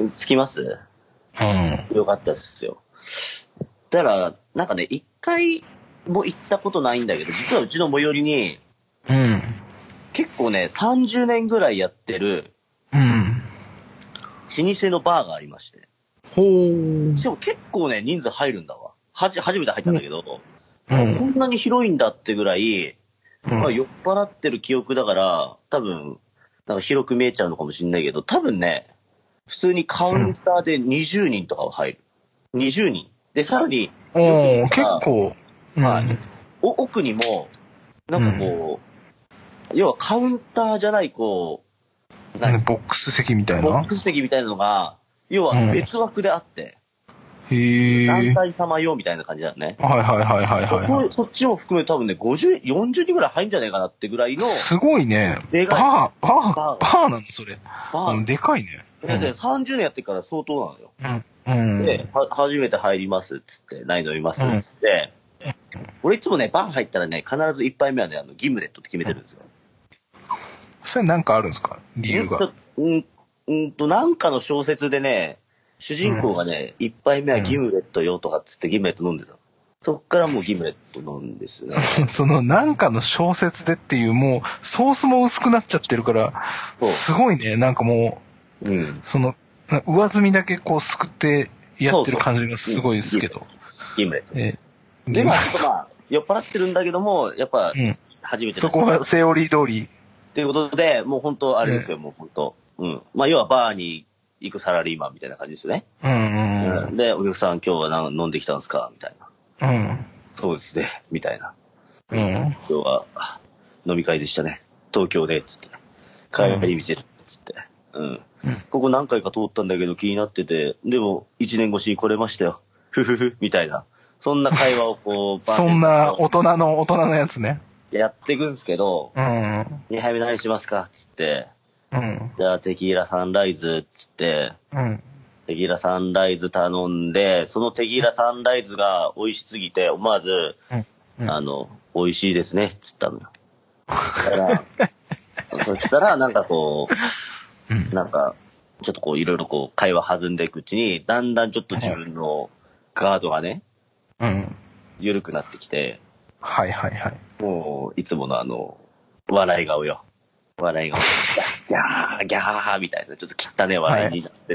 つきます？うん。よかったですよ。だから、なんかね、一回も行ったことないんだけど、実はうちの最寄りに、 うん。 結構ね、さんじゅうねんぐらいやってる、 うん。 老舗のバーがありまして。 ほー。 しかも結構ね、人数入るんだわ。はじ、初めて入ったんだけど、 うん、 こんなに広いんだってぐらい、 うん、 まあ、酔っ払ってる記憶だから、多分、なんか広く見えちゃうのかもしれないけど、多分ね、普通にカウンターでにじゅうにんとかは入る。にじゅうにん。で、さらに、 おー、結構、 うん、はい。お奥にも、なんかこう、うん、要はカウンターじゃない、こう、 ね、ボックス席みたいなボックス席みたいなのが、要は別枠であって、 うん、へ団体様用みたいな感じだよね。 はいはいはいはいはい、はい。 そ, そっちも含め多分ね、ごじゅう、よんじゅうにんぐらい入んじゃないかなってぐらいの。 すごいね。 でかい。 バー、バー、バーなのそれ。 バー。 でかいね。 うん、さんじゅうねんやってから相当なのよ。 うん。うん、 で、は、初めて入りますっつって、何飲みますっつって、うん、俺いつもね、バー入ったらね、必ず一杯目はね、あの、ギムレットって決めてるんですよ。 それなんかあるんですか理由が。 うん、うんと、なんかの小説でね、主人公がね、一、うん、杯目はギムレットよとかっつってギムレット飲んでた。そっからもうギムレット飲んですね。 そのなんかの小説でっていうもうソースも薄くなっちゃってるから、すごいね、なんかもう、うん、その上積みだけこうすくってやってる感じがすごいですけど。 そうそうギムレットです。えー、で、まあちょっとまあ、酔っ払ってるんだけども、やっぱ、初めて、 うん、そこはセオリー通り。 っていうことで、もう本当あれですよ、えー、もう本当。うん。まあ要はバーに行くサラリーマンみたいな感じですね。うんうんうん。で、お客さん今日は何飲んできたんですかみたいな。うん。そうですね。みたいな。うん。今日は飲み会でしたね。東京で、つって。帰り道で、つって。うん。うん、ここ何回か通ったんだけど気になってて、でも一年越しに来れましたよ。ふふふ、みたいな。そんな会話をこう、 そんな大人の、大人のやつね。 やっていくんですけど、うん。にはいめ何しますかつって。うん。じゃあテキーラサンライズ、つって。うん。テキーラサンライズ頼んで、そのテキーラサンライズが美味しすぎて、思わず、うんうん、あの、美味しいですね、つったのよ。だから、そしたら、なんかこう、うん、なんか、ちょっとこう、いろいろこう、会話弾んでいくうちに、だんだんちょっと自分のガードがね、うん。緩くなってきて、 はいはいはい。 もう、いつものあの、笑い顔よ。笑い顔。ギャー、ギャーみたいな、ちょっと汚ね笑いになってって、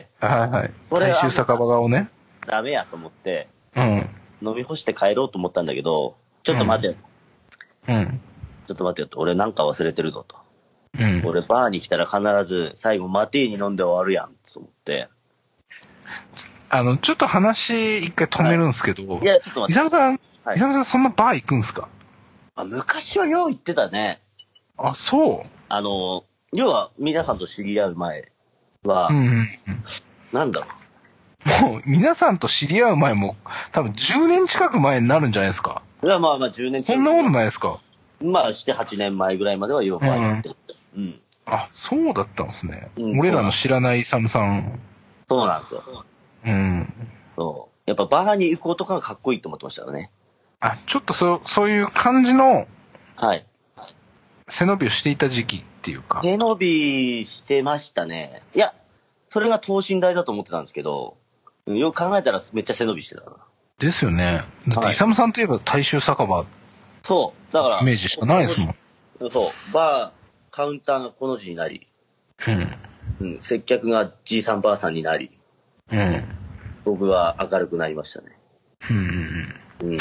はいはいはい。大衆酒場顔ね。 ダメやと思って、うん。飲み干して帰ろうと思ったんだけど、ちょっと待てよ。うん。うん、ちょっと待てよと、俺なんか忘れてるぞと。うん。俺バーに来たら必ず最後マティーニ飲んで終わるやん、と思って。 あの、ちょっと話一回止めるんですけど、はい、 いや、ちょっと待って。 イサムさん、 はい、 イサムさんそんなバー行くんすか？ あ、昔はよう行ってたね。 あ、そう。 あの、要は皆さんと知り合う前は、うんうんうん、なんだろう。もう皆さんと知り合う前も多分じゅうねん近く前になるんじゃないですか。 いや、まあまあじゅうねん近く。そんなことないですか。 まあなな、はちねんまえぐらいまではようバー行ってた。うん。うん、 あ、そうだったんですね。うん、俺らの知らないイサムさん。 そうなんですよ。うん。そう。やっぱバーに行くことがかっこいいと思ってましたからね。 あ、ちょっとそう、そういう感じの、 はい。 背伸びをしていた時期っていうか。 背伸びしてましたね。いや、それが等身大だと思ってたんですけど、よく考えたらめっちゃ背伸びしてたな。 ですよね。だって、イサムさんといえば大衆酒場。 そう。だから。 イメージしかないですもん。 そう。バー、カウンターがこの字になり。うん。うん。接客がじいさんばあさんになり。うん。僕は明るくなりましたね。うん。うん。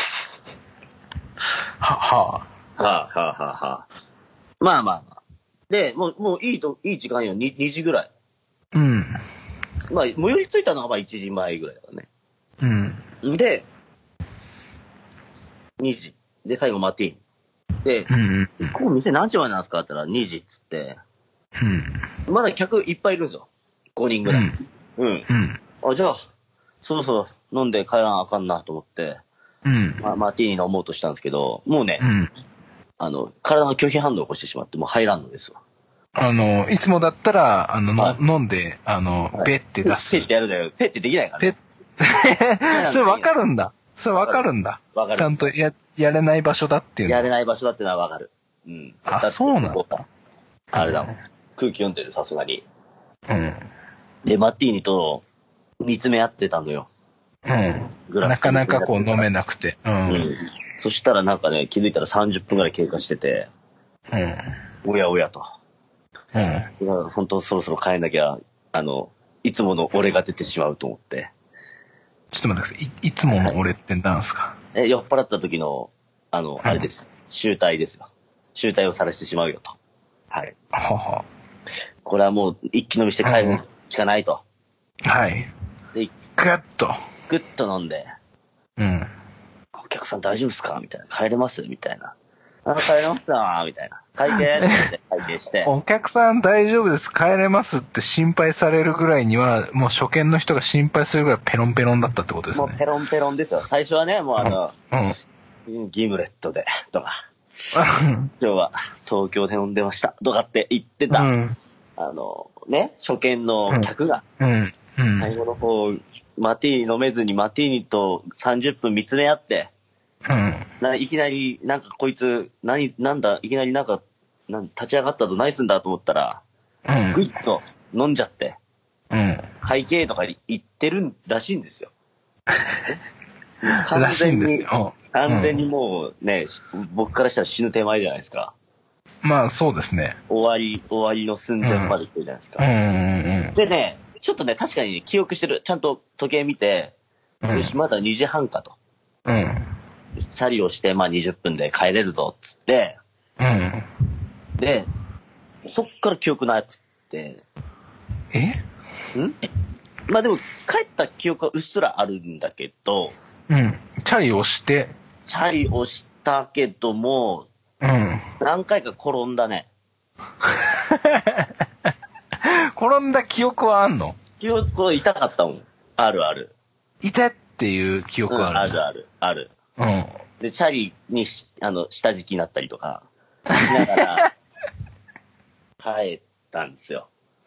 は、はあ。はあ、はあ、はあ、はあ。まあまあまあ。で、もう、もういいと、いい時間よ。に、にじぐらい。うん。まあ、最寄り着いたのがまあいちじまえぐらいだからね。うん。で、にじ。で、最後マティーン。で、うん、ここ店何時までなんですかって言ったらにじっつって、うん。まだ客いっぱいいるんですよ。ごにんぐらい。うん。うん。うん、あ、じゃあ、そろそろ飲んで帰らなあかんなと思って、うん。まあ、マティーニ飲もうとしたんですけど、もうね、うん。あの、体が拒否反応を起こしてしまって、もう入らんのですわ。 あの、いつもだったら、あの、 はいの飲んで、あの、 はいペって出す。 ペってやるんだよ。ペってできないからね。 ペそれわかるんだ。それわかるんだ。 わかる。 ちゃんとや、やれない場所だっていうの。 やれない場所だっていうのはわかる。うん。 あ、そうなんだ。 あれだもん。空気読んでる、さすがに。 うん。 で、マッティーニと見つめ合ってたのよ。 うん。なかなかこう飲めなくて。うん。うん、 そしたらなんかね、気づいたらさんじゅっぷんぐらい経過してて。うん。おやおやと。うん。本当そろそろ帰んなきゃ、あの、いつもの俺が出てしまうと思って。 ちょっと待ってください。い、いつもの俺って何すか？ え、酔っ払った時の、あの、あれです。集大ですよ。集大をさらしてしまうよと。はい。はは。これはもう一気飲みして帰るしかないと。 はい。で、ぐっと。 ぐっと飲んで。うん。お客さん大丈夫ですかみたいな。帰れますみたいな。あ、帰れますなみたいな。会計って会計して。 お客さん大丈夫です。帰れますって心配されるぐらいには、もう初見の人が心配するぐらいペロンペロンだったってことですね。 もうペロンペロンですよ。最初はね、もうあの、うん、ギムレットで、とか。今日は東京で飲んでました。とかって言ってた。うん、あの、ね、初見の客が。うんうんうん、最後の方、マティーニ飲めずにマティーニとさんじゅっぷん見つめ合って、うん、ないきなり、なんかこいつ、何、なんだ、いきなりなんか、なん立ち上がったと何すんだと思ったら、うん、ぐいっと飲んじゃって、うん、会計とか言ってるらしいんですよ。完全に、完全にもうね、うん、僕からしたら死ぬ手前じゃないですか。 まあそうですね。 終わり、終わりの寸前までってるじゃないですか。うんうんうん、でね、ちょっとね、確かに、ね、記憶してる。ちゃんと時計見て、うん、よし、まだにじはんかと。うん。チャリをして、まあにじゅっぷんで帰れるぞ、つって。うん。で、そっから記憶なくって。 え？ ん？まあでも、帰った記憶はうっすらあるんだけど。 うん。チャリをして。 チャリをしたけども、うん。何回か転んだね。 転んだ記憶はあんの？ 記憶は痛かったもん。あるある。 痛っていう記憶はある、 うん、あるある。ある。うん。で、チャリにし、あの、下敷きになったりとか、しながら、帰ったんですよ。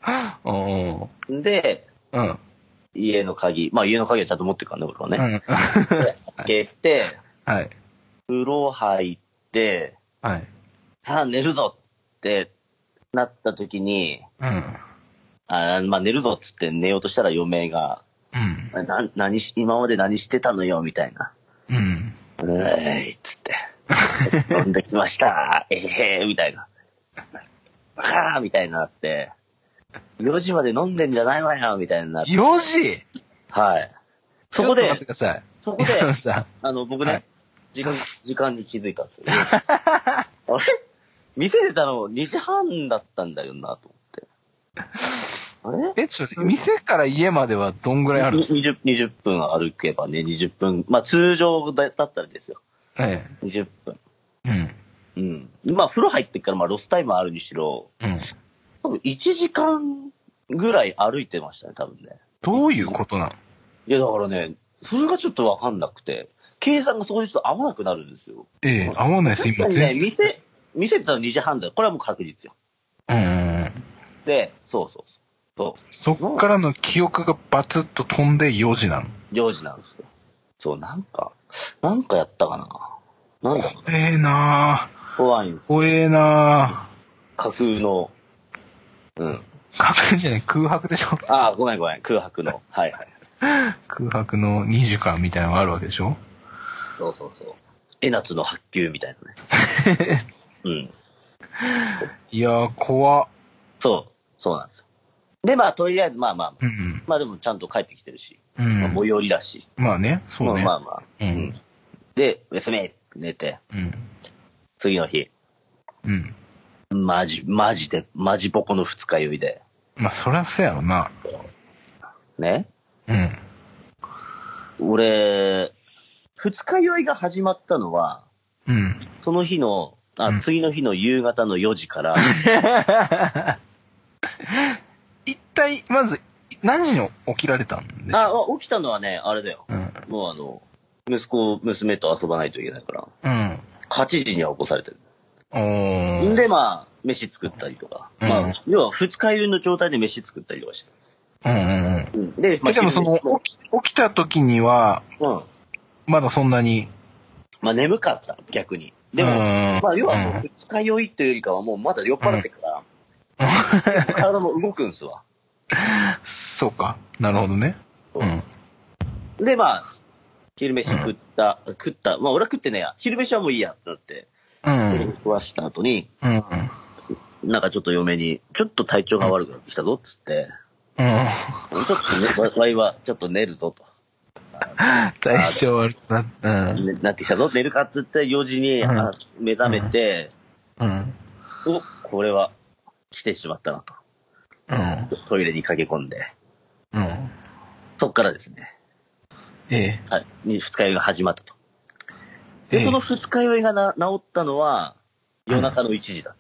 で、うん。家の鍵、まあ家の鍵はちゃんと持ってるからね、俺はね。うん。開けて、はい。風呂入って、はい。さあ寝るぞってなった時に、うん。あまあ寝るぞっつって寝ようとしたら嫁が、うん。な、何し、今まで何してたのよ、みたいな。うん。えーいっつって。飲んできました。えへーみたいな。はぁみたいになって。よじまで飲んでんじゃないわよみたいになって。 よじ？ はい。そこで、 ちょっと待ってください。 そこで、あの、僕ね、はい、時間、時間に気づいたんですよ。あれ店出たのにじはんだったんだよな、と思って。あれえ、ちょっと、店から家まではどんぐらいあるんですか？ にじゅう、にじゅっぷん歩けばね、にじゅっぷん。まあ通常だったらですよ。ええ。にじゅっぷん。うん。うん。まあ風呂入ってからまあロスタイムあるにしろ、うん。多分いちじかんぐらい歩いてましたね、多分ね。 どういうことなの？ いやだからね、それがちょっとわかんなくて、計算がそこでちょっと合わなくなるんですよ。 ええ、合わないです、今全然。店、店ってのはにじはんだよ。これはもう確実よ。うん。で、そうそうそう。 そうそっからの記憶がバツッと飛んでよじなの。 よじなんですよ。そう、なんか、なんかやったかな。なんだろう。 怖えなぁ。 怖いんですよ。 怖えなぁ。 架空の、うん。 架空じゃない、空白でしょ。 ああ、ごめんごめん、空白の。はいはい。 空白のにじかんみたいなのがあるわけでしょ。 そうそうそう。江夏の発球みたいなね。うん。 いやー、怖っ。 そう、そうなんですよ。で、まあ、とりあえず、まあまあ、うんうん、まあでもちゃんと帰ってきてるし、うん、まあ、最寄りだし。 まあね、そうね。 まあまあ、うん。うん、で、休め、寝て、うん、次の日、うん。マジ、マジで、マジボコの二日酔いで。 まあ、そりゃそうやろな。 ね。うん。俺、二日酔いが始まったのは、うん。その日の、あ、うん、次の日の夕方のよじから、 一体、まず、何時に起きられたんですか？ あ、起きたのはね、あれだよ。うん、もうあの、息子、娘と遊ばないといけないから。うん。はちじには起こされてる。おー。で、まあ、 飯作ったりとか。 うん、 まあ、要は二日酔いの状態で飯作ったりとかしてたんですよ。 うんうんうん。 で、まあ、 でもその、起き、起きた時には、うん。まだそんなに。 まあ眠かった、逆に。でも、まあ要はもう二日酔いというよりかはもうまだ酔っ払ってから、うん、体も動くんすわ。 そうか。なるほどね。 うん。で、まあ、昼飯食った、うん、食った。まあ俺は食ってねえや。昼飯はもういいやってなって。うん。食わした後に、うん。なんかちょっと嫁に、ちょっと体調が悪くなってきたぞっつって、うん。ちょっとね、ワイはちょっと寝るぞと。 体調悪くなっ、 うん、なってきたぞ。寝るかっつってよじに、うん、目覚めて、うん、お、これは来てしまったなと。うん、トイレに駆け込んで、うん、そっからですね。ええ。はい。二日酔いが始まったと。で、ええ、その二日酔いがな治ったのは夜中のいちじだった。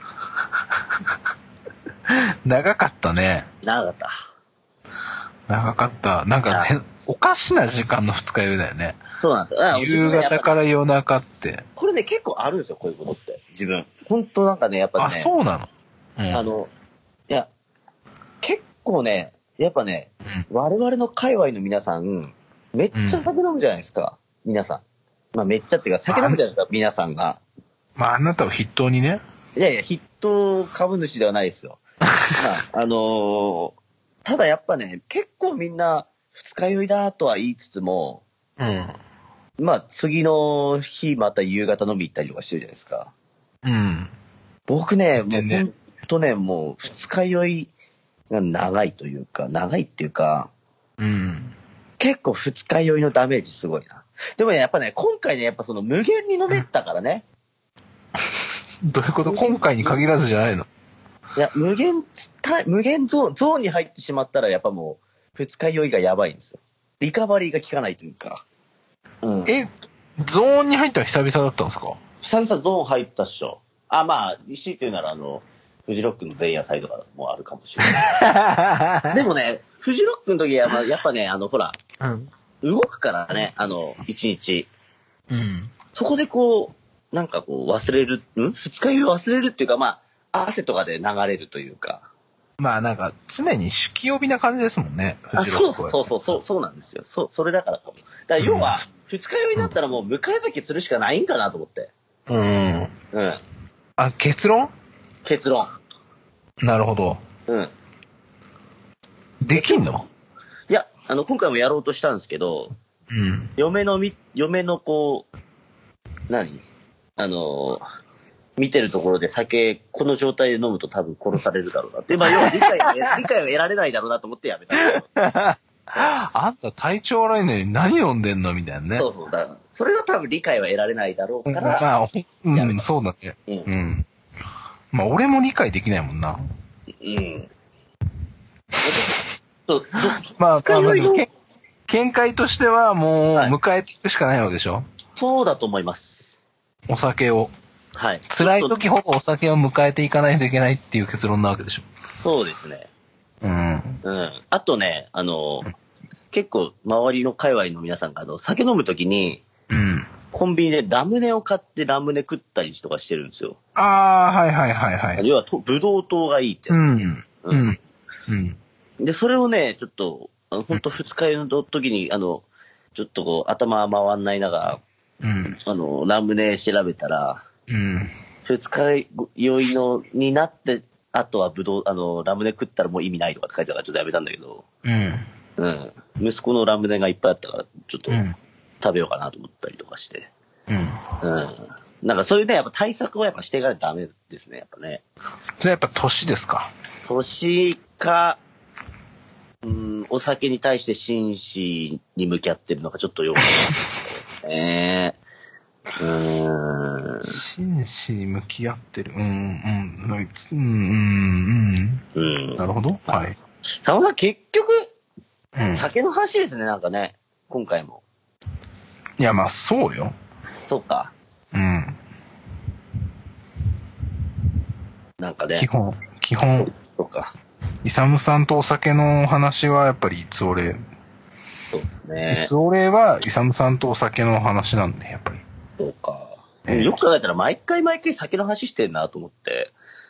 うん、長かったね。 長かった。 長かった。なんかね、おかしな時間の二日酔いだよね。 そうなんですよ。 夕方から夜中って。 これね、結構あるんですよ、こういうことって。自分。本当なんかね、やっぱね。 あ、そうなの、 うん、あの、いや、結構ね、やっぱね、うん、我々の界隈の皆さん、めっちゃ酒飲むじゃないですか。うん、皆さん。まあめっちゃっていうか、酒飲むじゃないですか、皆さんが。 まああなたを筆頭にね。 いやいや、筆頭株主ではないですよ。まあ、あのー、ただやっぱね、結構みんな二日酔いだとは言いつつも、うん、まあ次の日また夕方飲み行ったりとかしてるじゃないですか。うん。僕ね、もうほんとね、もう二日酔いが長いというか、長いっていうか、うん、結構二日酔いのダメージすごいな。でもね、やっぱね、今回ね、やっぱその無限に飲めたからね。 どういうこと？今回に限らずじゃないの？ いや、無限、無限ゾーン、ゾーンに入ってしまったらやっぱもう、二日酔いがやばいんですよ。リカバリーが効かないというか。 うん、え、ゾーンに入ったら久々だったんですか？ 久々ゾーン入ったっしょ。あ、まあ、石井というならあの、フジロックの前夜祭とかもあるかもしれない。でもね、フジロックの時は、まあ、やっぱね、あの、ほら、うん、動くからね、あの、一日。うん。そこでこう、なんかこう、忘れる、ん二日酔い忘れるっていうか、まあ、汗とかで流れるというか。 まあなんか常に酒気帯びな感じですもんね。 あ、そうそうそうそうそうなんですよ。そうそれだからかも。だから要は、うん、二日酔いになったらもう迎えだけするしかないんかなと思って。うん。 うん。あ、結論？ 結論。 なるほど。うん。できんの？ いや、あの今回もやろうとしたんですけど、うん。嫁のみ嫁のこう何？あの。見てるところで酒、この状態で飲むと多分殺されるだろうなって。まあ、要は理解を、理解を得られないだろうなと思ってやめた。 あんた体調悪いのに何飲んでんのみたいなね。 そうそう。だからそれが多分理解は得られないだろうから。 まあ、うん、そうだね。うん。うん。まあ、俺も理解できないもんな。うん。まあ、まあ、見解としてはもう、迎えていくしかないわけでしょ、はい、 そうだと思います。 お酒を。はい。辛い時ほどお酒を迎えていかないといけないっていう結論なわけでしょ。 そうですね。うん。うん。あとね、あの、うん、結構周りの界隈の皆さんがあの酒飲むときに、うん。コンビニでラムネを買ってラムネ食ったりとかしてるんですよ。 ああ、はいはいはいはい。 要はブドウ糖がいいってやつ。うん。うん。うん。で、それをね、ちょっと、あの、ほんと二日酔いの時に、あの、ちょっとこう、頭回んないながら、うん。あの、ラムネ調べたら、うん。二日酔いの、になって、あとはブドウ、あの、ラムネ食ったらもう意味ないとかって書いてあるからちょっとやめたんだけど、うん。うん。息子のラムネがいっぱいあったから、ちょっと食べようかなと思ったりとかして。うん。うん。なんかそういうね、やっぱ対策はやっぱしていかないとダメですね、やっぱね。 それやっぱ年ですか？ 年か、うん、お酒に対して真摯に向き合ってるのかちょっとよくわかんないですね。うーん。 真摯に向き合ってる。うん、うん、うん、うん、うん。なるほど。はい。 たまさん結局、うん、酒の話ですね、なんかね、今回も。 いや、まあ、そうよ。 そうか。うん。なんかね。 基本、基本。 そうか。 イサムさんとお酒の話はやっぱりいつ俺。 そうですね。 いつ俺はイサムさんとお酒の話なんで、やっぱり。 そうか。えー、よく考えたら毎回毎回酒の話してんなと思って。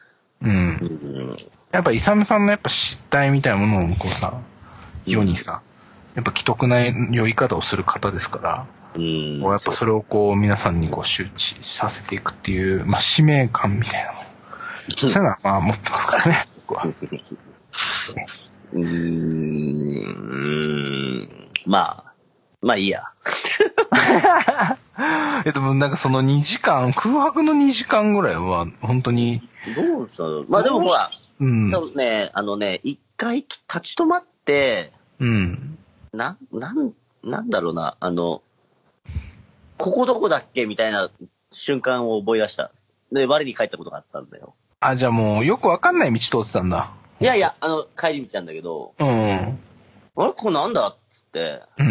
やっぱイサムさんのやっぱ失態みたいなものをこうさ、世にさ、うん、やっぱ既得な酔い方をする方ですから、うん、やっぱそれをこう皆さんにこう周知させていくっていう、まあ使命感みたいなもの。そういうのはまあ持ってますからね、僕は。 うーん、まあ、まあいいや。 え、でもなんかそのにじかん、空白のにじかんぐらいは本当に。 どうしたの？まあでもほら、うん、そうね、あのね、一回立ち止まって、うん。な、なん、なんだろうな、あの、ここどこだっけみたいな瞬間を覚え出した。で、我に帰ったことがあったんだよ。 あ、じゃあもうよくわかんない道通ってたんだ。 いやいや、あの、帰り道なんだけど、うん。あれこれなんだっつって。うん。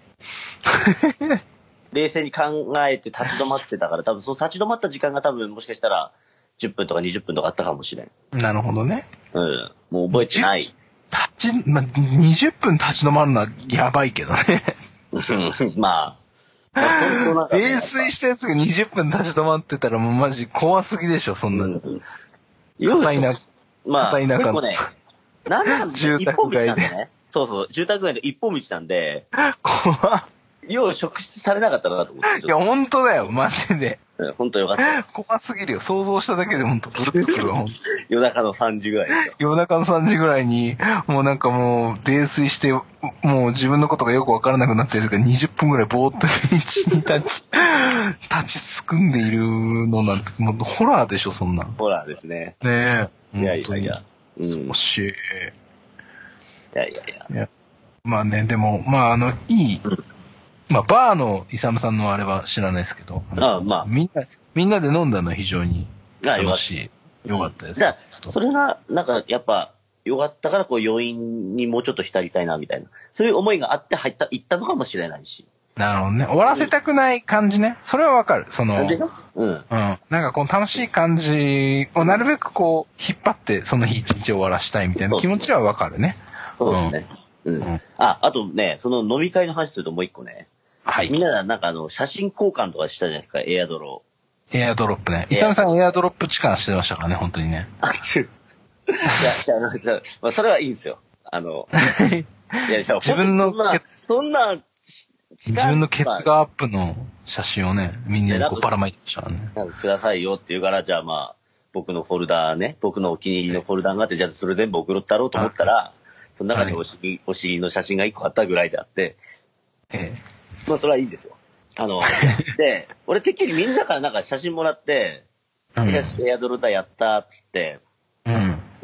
冷静に考えて立ち止まってたから、多分その立ち止まった時間が多分もしかしたらじゅっぷんとかにじゅっぷんとかあったかもしれん。 なるほどね。 うん。もう覚えてない。 立ち、ま、にじゅっぷん立ち止まるのはやばいけどね。 まあ。 泥酔したやつがにじゅっぷん立ち止まってたらもうマジ怖すぎでしょ、そんな。うん、片田舎。 まあ、片田舎の。ね、なんなん住宅街で、ね。そうそう、住宅街の一本道なんで。怖っ。よう職質されなかったなと思って。 いや、ほんとだよ、マジで。 ほんとよかった。 怖すぎるよ。想像しただけでほんとブルッとするわ、ほんと。 夜中のさんじぐらいですよ。 夜中のさんじぐらいに、もうなんかもう、泥酔して、もう自分のことがよくわからなくなってるから、にじゅっぷんぐらいぼーっと道に立ち、立ちすくんでいるのなんて、もうホラーでしょ、そんな。 ホラーですね。 ねえ。いやいやいや。 少し、うん。いやいやいや。いやまあね、でも、まああの、いい、うんまあ、バーのイサムさんのあれは知らないですけど。 ああ、まあ。 みんな、みんなで飲んだのは非常に楽しい。よかったです。 だそれが、なんか、やっぱ、よかったから、こう、余韻にもうちょっと浸りたいな、みたいな。そういう思いがあって入った、行ったのかもしれないし。 なるほどね。終わらせたくない感じね。それはわかる。その、うん。 うん。 なんかこう、楽しい感じをなるべくこう、引っ張って、その日一日終わらしたいみたいな気持ちはわかるね。 そうですね。うん。うん、あ、あとね、その飲み会の話するともう一個ね。はい。みんななんかあの、写真交換とかしたじゃないですか、エアドロー。エアドロップね。イサムさんエアドロップ痴漢してましたからね、本当にね。 あ、ちゅう。いや、いや、まあ、それはいいんですよ。あの、いや、じゃあ、 自分の、 そんな、 自分のケツがアップの写真をね、みんなにこうばらまいてましたからね。 なんかくださいよって言うから、じゃあまあ、僕のフォルダーね、僕のお気に入りのフォルダーがあって、じゃあそれ全部送ったろうと思ったら、その中にお尻、はい、お尻の写真が一個あったぐらいであって、ええ。まあ、それはいいんですよ。あの、で、俺てっきりみんなからなんか写真もらって、うん、エアドロタやったっつって、うん、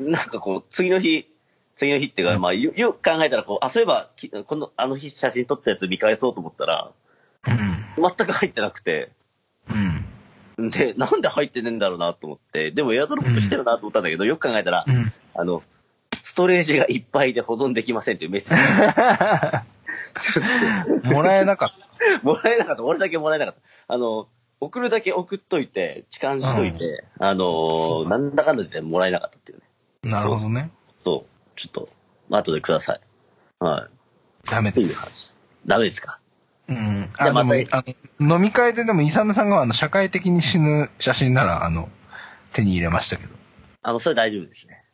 なんかこう、次の日、次の日っていうか、うん、まあ、よ、よく考えたらこう、あ、そういえば、この、あの日写真撮ったやつ見返そうと思ったら、うん、全く入ってなくて、うん、で、なんで入ってねえんだろうなと思って、でもエアドロップしてるなと思ったんだけど、よく考えたら、うん、あの、ストレージがいっぱいで保存できませんっていうメッセージ。もらえなかった。 もらえなかった。俺だけもらえなかった。あの、送るだけ送っといて、痴漢しといて、うん、あのー、なんだかんだでもらえなかったっていうね。 なるほどね。 そう。ちょっと、後でください。はい。 ダメです。 ダメですか。 うん。あ、でも、あの、飲み会ででも、イサムさんがあの、社会的に死ぬ写真なら、あの、手に入れましたけど。 あの、それ大丈夫ですね。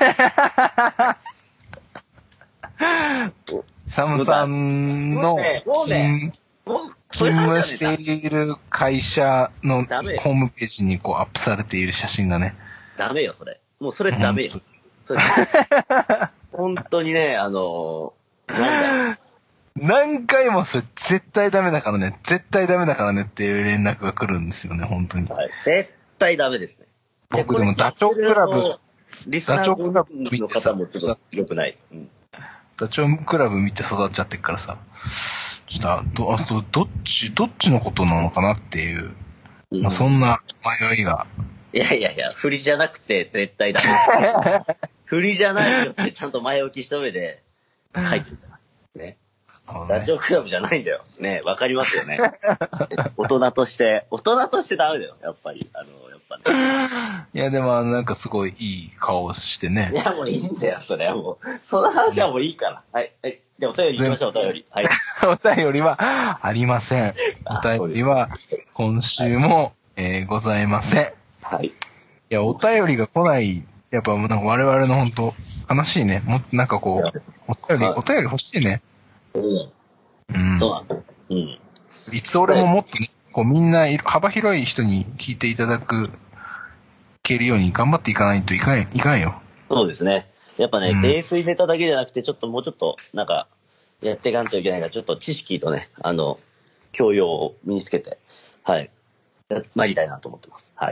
サムさんの勤務している会社のホームページにこうアップされている写真がね。 ダメよ、それ。もうそれダメよ。それ本当にね、あのー、なんだ何回もそれ絶対ダメだからね、絶対ダメだからねっていう連絡が来るんですよね、本当に。 はい、絶対ダメですね。 僕でもダチョウクラブ、 リスナーの方もちょっと良くない。うん、 ダチョウクラブ見て育っちゃってるからさ、ちょっと、ど、あ、そう、どっち、どっちのことなのかなっていう、うん、まあそんな迷いが。 いやいやいや、振りじゃなくて絶対ダメ。振りじゃないよってちゃんと前置きした上で書いてるから。ね。ダチョウクラブじゃないんだよ。ね、わかりますよね。大人として、大人としてダメだよ、やっぱり。あの、やっぱね。 いや、でもなんかすごいいい顔をしてね。 いや、もういいんだよ、それはもう。その話はもういいから。はい。はい。じゃあお便り行きましょう、お便り。はい。 お便りはありません。お便りは今週も、はい、えー、ございません。はい。いや、お便りが来ないやっぱなんか我々の本当悲しいね。もなんかこう、お便り、お便り欲しいね。 うん。 うん。 そうなんだ。うん。 いつ俺ももっとね、こうみんな幅広い人に聞いていただく、けるように頑張っていかないといかん、いかんよ。 そうですね。やっぱね、 うん泥酔ネタだけじゃなくて、ちょっともうちょっと、なんか、やっていかんといけないから、ちょっと知識とね、あの、教養を身につけて、はい。参りたいなと思ってます。はい。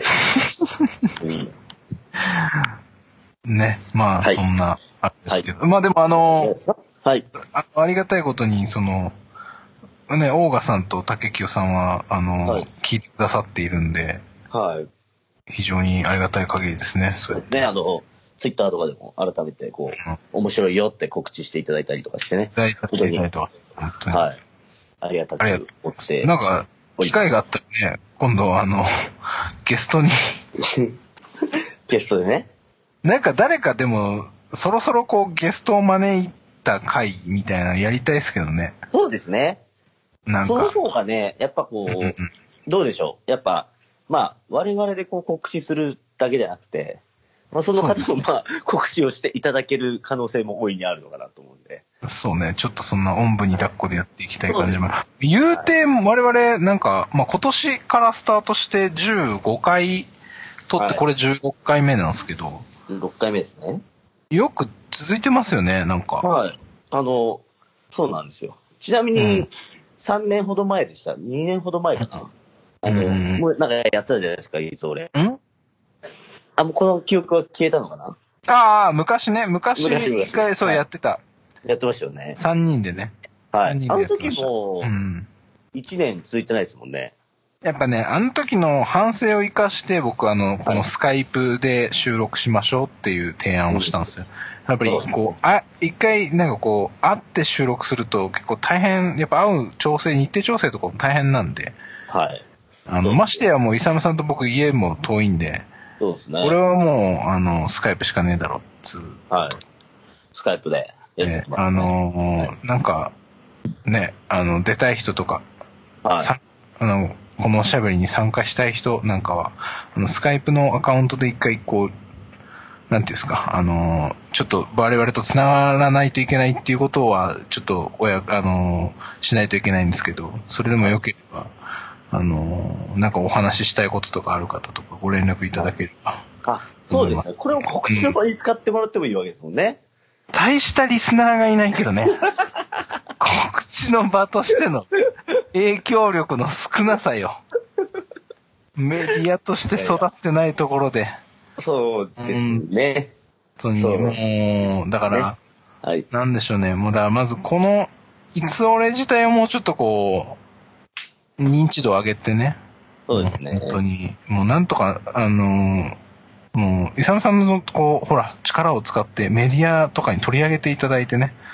うん、ね、まあ、 はい、 そんな、あれですけど。はい、まあでもあの、 はい。 あ、ありがたいことに、その、ね、オーガさんと竹清さんは、あの、はい、聞いてくださっているんで、はい。非常にありがたい限りですね、 そうですね、あの、ツイッターとかでも改めて、こう、うん、面白いよって告知していただいたりとかしてね。 いただいたと。 本当に。はい。ありがたく思って。 なんか、機会があったらね、今度あの、ゲストに。 ゲストでね。 なんか誰かでも、そろそろこうゲストを招いた回みたいなのやりたいですけどね。 そうですね。 なんか。 その方がね、やっぱこう、うんうん、どうでしょう。やっぱ、まあ、我々でこう告知するだけじゃなくて、まあ、その方もまあ、告知をしていただける可能性も大いにあるのかなと思うんで。 そうね。ちょっとそんなおんぶに抱っこでやっていきたい感じも。言うて、我々、なんか、まあ、今年からスタートしてじゅうごかい撮って、これじゅうろっかいめなんですけど。 ろっかいめですね。 よく続いてますよね、なんか。 はい。あの、そうなんですよ。ちなみに、さんねんほど前でした。にねんほど前かな。あの、うん、もうなんかやってたじゃないですか、いつ俺。んあ、もうこの記憶は消えたのかな。 ああ、昔ね、昔一回そうやってた。 やってましたよね。 さんにんでね。 はい。あの時も、いちねん続いてないですもんね。 やっぱね、あの時の反省を生かして僕あの、このスカイプで収録しましょうっていう提案をしたんですよ。やっぱりこう、あ、一回なんかこう、会って収録すると結構大変、やっぱ会う調整、日程調整とかも大変なんで。 はい。 あの、ましてやもう、イサムさんと僕家も遠いんで。 そうですね。 これはもう、あの、スカイプしかねえだろ、つう。 はい。スカイプでやってます、ね。 あのーはい、なんか、ね、あの、出たい人とか、はい、さあの、このおしゃべりに参加したい人なんかは、あの、スカイプのアカウントで一回こう、なんていうんですか、あのー、ちょっと我々と繋がらないといけないっていうことは、ちょっと、おや、あのー、しないといけないんですけど、それでもよければ、あのー、なんかお話ししたいこととかある方とかご連絡いただければ。 あ、そうですね。これを告知の場に使ってもらってもいいわけですもんね。 大したリスナーがいないけどね。告知の場としての影響力の少なさよ。メディアとして育ってないところで。 そうですね。 本当に、もう、だから、ね、はい、なんでしょうね。もうだからまずこの、いつ俺自体をもうちょっとこう、認知度を上げてね。 そうですね。 本当に、もうなんとか、あのー、もう、イサムさんの、こう、ほら、力を使ってメディアとかに取り上げていただいてね。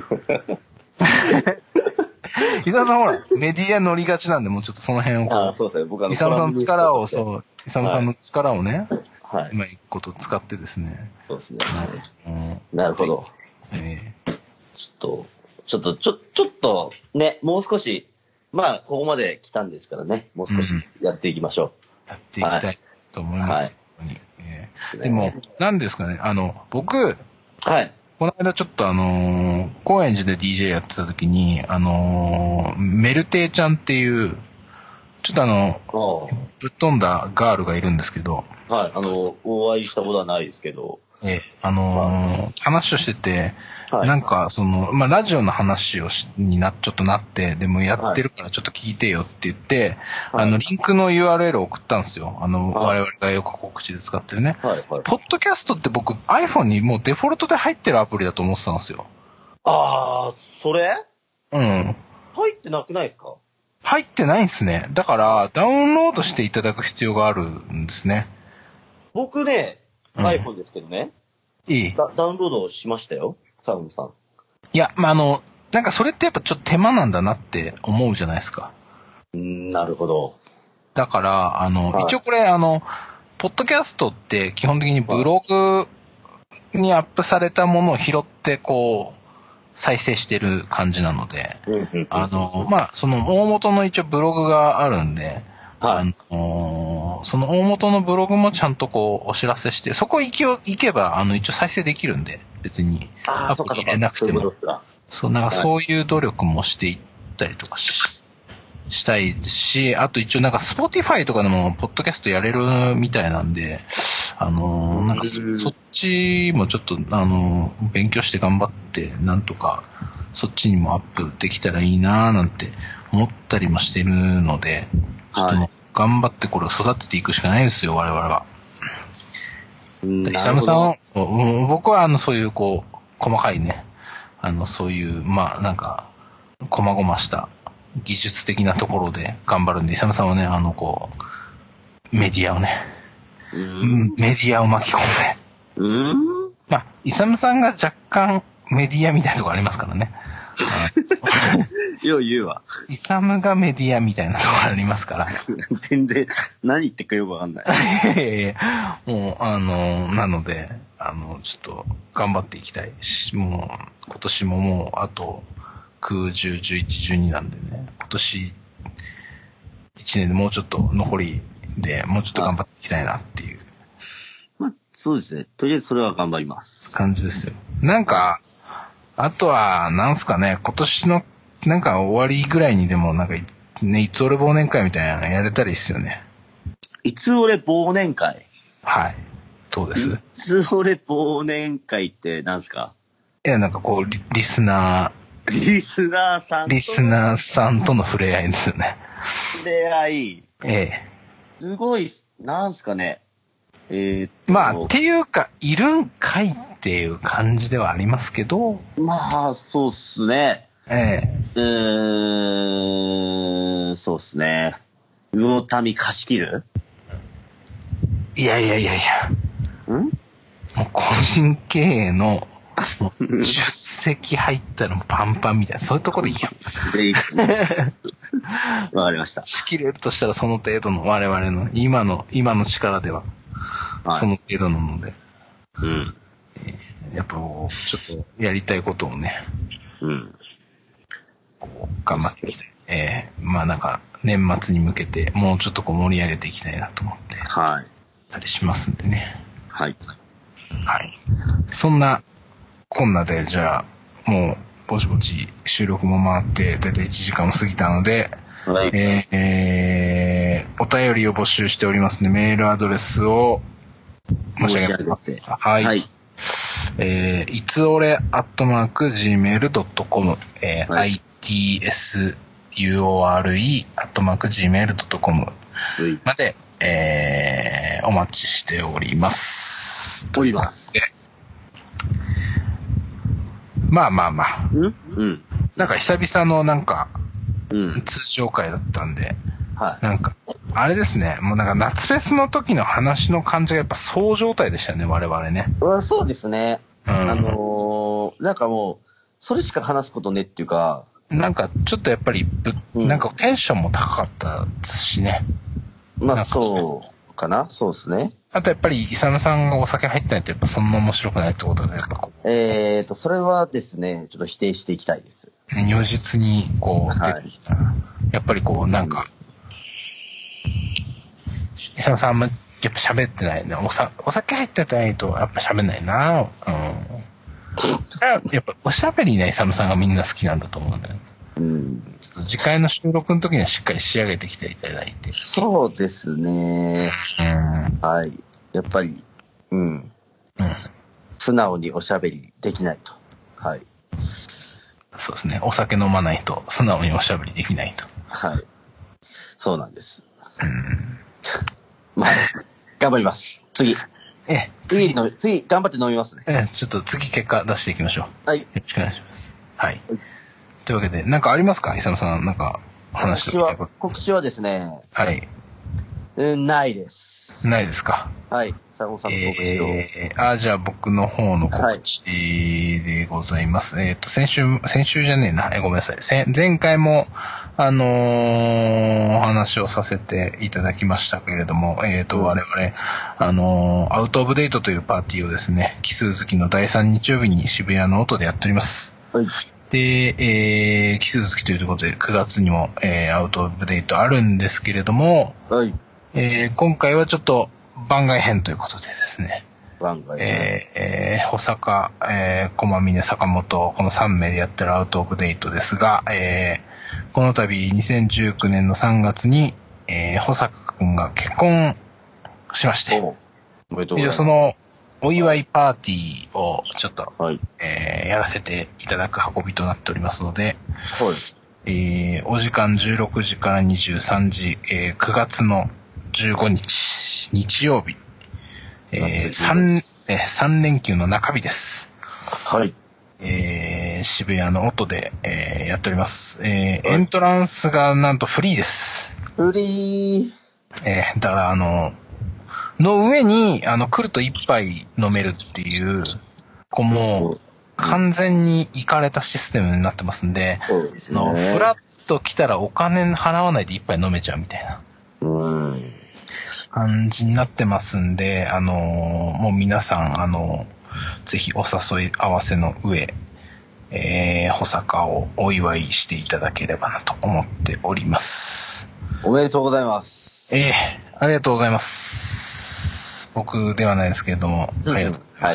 イサムさんほら、メディア乗りがちなんで、もうちょっとその辺を。 ああ、そうですね。僕はイサムさんの力を、そう、イサムさんの力をね、 はい。 今いくことを使ってですね。 そうですね。うん、なるほど。えー、ちょっと、ちょっと、ちょ、ちょっと、ね、もう少し、まあ、ここまで来たんですからね、もう少しやっていきましょう。 うん、やっていきたいと思います。はいえー、でも、何ですかね、あの、僕、 はい。 この間ちょっとあのー、高円寺で ディージェー やってた時に、あのー、メルテイちゃんっていう、ちょっとあの、ぶっ飛んだガールがいるんですけど。 はい、あの、お会いしたことはないですけど。 ええ、あのー、話をしてて、はい、なんか、その、まあ、ラジオの話をし、にな、ちょっとなって、でもやってるからちょっと聞いてよって言って、はい、あの、リンクの ユーアールエル を送ったんですよ。あの、はい、我々がよく告知で使ってるね。はいはい、ポッドキャストって僕 iPhone にもうデフォルトで入ってるアプリだと思ってたんですよ。 あー、それうん。 入ってなくないですか？ 入ってないんですね。だから、ダウンロードしていただく必要があるんですね。 僕ね、うん、iPhone ですけどね。 いいダ。ダウンロードしましたよ、サウンドさん。 いや、まあ、あの、なんかそれってやっぱちょっと手間なんだなって思うじゃないですか。 うん、なるほど。 だから、あの、はい、一応これ、あの、ポッドキャストって基本的にブログにアップされたものを拾って、こう、再生してる感じなので、あの、まあ、その大元の一応ブログがあるんで、 はい。 あのー、その大元のブログもちゃんとこうお知らせして、そこ行きを行けば、あの、一応再生できるんで、別に。 ああ、そっかそっか。 入れなくても。 そういうことか。 そう、なんかそういう努力もしていったりとかし、したいし、あと一応なんか Spotify とかでもポッドキャストやれるみたいなんで、あのー、なんか そ, そっちもちょっと、あのー、勉強して頑張って、なんとか、そっちにもアップできたらいいなーなんて思ったりもしてるので、ちょっともう頑張ってこれを育てていくしかないですよ、我々は。イサムさん、僕はあの、そういうこう、細かいね、あの、そういう、まあ、なんか、細々した技術的なところで頑張るんで、イサムさんはね、あの、こう、メディアをね、うん、メディアを巻き込んで、 うん、 まあ、イサムさんが若干メディアみたいなところありますからね。 よう言うわ。 イサムがメディアみたいなところありますから。 全然、何言ってるかよくわかんない。 いやいやもう、あの、なので、あの、ちょっと、頑張っていきたいし、もう、今年ももう、あと、きゅう、じゅう、じゅういち、じゅうになんでね、今年、いちねんでもうちょっと残りで、もうちょっと頑張っていきたいなっていう。 まあ、そうですね。とりあえずそれは頑張ります。 感じですよ。なんか、あとは、なんすかね、今年の、なんか終わりぐらいにでも、なんか、ね、いつ俺忘年会みたいなのやれたらいいっすよね。 いつ俺忘年会？ はい。どうです？ いつ俺忘年会って何すか？ いや、なんかこうリ、リスナー、リスナーさんと、 リスナーさんとの触れ合いですよね。 触れ合い。 ええ。 すごい、なんすかね。えー、 まあ、っていうか、いるんかいっていう感じではありますけど。 まあ、そうっすね。 ええ。 うーん、そうっすね。魚民貸し切る？ いやいやいやいや。ん？もう個人経営の、もう出席入ったらもうパンパンみたいな、そういうとこでいいよ。 でいいっすね。わかりました。 仕切れるとしたらその程度の我々の今の、今の力では、その程度なので。 うん。 えー、やっぱちょっとやりたいことをね。 うん。 こう頑張っていきたい。えー、まあなんか年末に向けてもうちょっとこう盛り上げていきたいなと思って。 はい。 たりしますんでね。 はい。 はい。そんなこんなで、じゃあ、もう、ぼちぼち収録も回って、だいたいいちじかんを過ぎたので、 はい。 えーえー、お便りを募集しておりますので、メールアドレスを申し上げます。はい。はい。えー、いつおれアットマーク ジーメールドットコム、えー、はい、アイティーエスユーオーアールイー アットマーク ジーメールドットコム まで、えー、お待ちしております。 おります。 まあまあまあ。 うんうん。 なんか久々のなんか、 うん、 通常会だったんで、 はい。 なんか、あれですね、もうなんか夏フェスの時の話の感じがやっぱそう状態でしたね、我々ね。 そうですね。うん、あのー、なんかもう、それしか話すことねっていうか、 なんかちょっとやっぱりぶ、うん、なんかテンションも高かったしね。 まあそうかな、そうですね。 あとやっぱり、イサムさんがお酒入ってないとやっぱそんな面白くないってことで、やっぱこう。 えーと、それはですね、ちょっと否定していきたいです。 如実にこう、出てきた、はい、やっぱりこう、なんか、イサムさんあんま、やっぱ喋ってないね。おさ、お酒入ってないとやっぱ喋んないな。うん。やっぱおしゃべりなイサムさんがみんな好きなんだと思うんだよね。うん。ちょっと次回の収録の時にはしっかり仕上げてきていただいて。 そうですね。うん。はい。やっぱり、うん。うん。素直におしゃべりできないと。はい。 そうですね。お酒飲まないと素直におしゃべりできないと。 はい。そうなんです。うん。まあ、頑張ります。次。 え、 次の、次、頑張って飲みますね。 え、ちょっと次結果出していきましょう。 はい。 よろしくお願いします。はい。はい、というわけで、なんかありますか、イサムさん、なんか話しておきたいこと。 告知はですね。 はい。 うん、ないです。 ないですか。 はい。佐野さんの告知を。 えー、あ、じゃあ僕の方の告知でございます。はい、えっ、ー、と、先週、先週じゃねえな。え、ごめんなさい。前回も、あのー、お話をさせていただきましたけれども、えっ、ー、と、我々、あのー、アウトオブデートというパーティーをですね、奇数月のだいさん日曜日に渋谷の音でやっております。 はい。 で、えー、奇数月ということでくがつにも、えー、アウトオブデートあるんですけれども、 はい。 えー、今回はちょっと番外編ということでですね。 番外編。 えー、えー、保坂、えー、駒峰、坂本、このさん名でやってるアウトオブデートですが、えー、この度にせんじゅうきゅうねんのさんがつに、えー、保坂くんが結婚しまして、 おめでとうございます。 そのお祝いパーティーをちょっと、 はい、 えー、やらせていただく運びとなっておりますので、 はい、 えー、お時間じゅうろくじからにじゅうさんじ、えー、くがつのじゅうごにち、日曜日、えー、3、えー、さん連休の中日です。 はい。 えー、渋谷の音で、えー、やっております。えー、エントランスがなんとフリーです。 フリー。 えー、だからあの、の上に、あの、来ると一杯飲めるっていう、こうもう、完全にイかれたシステムになってますんで、 そうですね。 のフラッと来たらお金払わないで一杯飲めちゃうみたいな。 うん。 感じになってますんで、あのー、もう皆さん、あのー、ぜひお誘い合わせの上、えー、保坂をお祝いしていただければなと思っております。 おめでとうございます。 えー、ありがとうございます。僕ではないですけれども、ありがとうございます。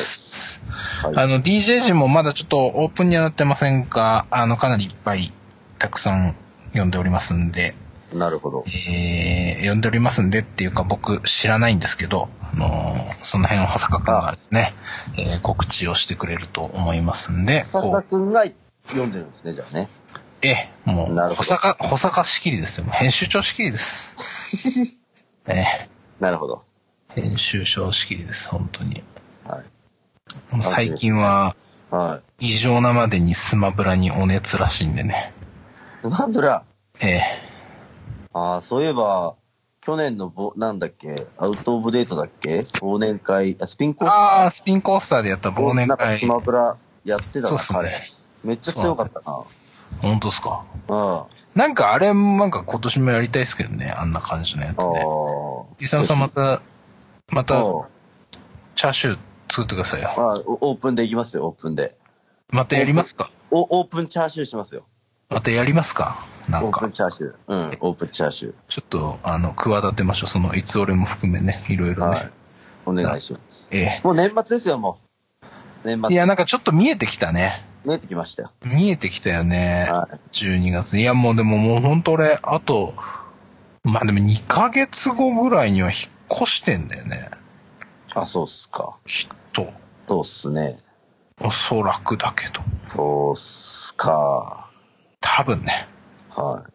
はいはい、あの、ディージェー 陣もまだちょっとオープンにはなってませんが、あの、かなりいっぱいたくさん読んでおりますんで、 なるほど。 えー、読んでおりますんでっていうか僕知らないんですけど、あのー、その辺を保坂くんがですね、えー、告知をしてくれると思いますんで。 保坂くんが読んでるんですね、じゃあね。 ええ、もう、保坂、保坂仕切りですよ。編集長仕切りです。ええ。 なるほど。 編集長仕切りです、本当に。 はい。 最近は、 はい。 異常なまでにスマブラにお熱らしいんでね。 スマブラええ。 ああ、そういえば、去年のぼ、なんだっけ、アウトオブデートだっけ忘年会、あ、スピンコースターああ、スピンコースターでやった忘年会。 なんかスマブラやってたな、 そうっすね。 彼。めっちゃ強かったな。 本当っすか。 うん。 なんかあれ、なんか今年もやりたいですけどね、あんな感じのやつね。イサムさんまた、また、チャーシュー作ってくださいよ。 ああ、オープンでいきますよ、オープンで。 またやりますか？ お、オープンチャーシューしますよ。 またやりますか？なんか。 オープンチャーシュー。うん、オープンチャーシュー。 ちょっと、あの、企てましょう。その、いつ俺も含めね、いろいろね。はい。 お願いします。 ええ。 もう年末ですよ、もう。年末。 いや、なんかちょっと見えてきたね。 見えてきましたよ。 見えてきたよね。 はい。 じゅうにがつ。いや、もうでももうほんと俺、あと、まあでもにかげつごぐらいには引っ越してんだよね。 あ、そうっすか。 きっと。 そうっすね。 おそらくだけど。 そうっすか。 多分ね。 はい。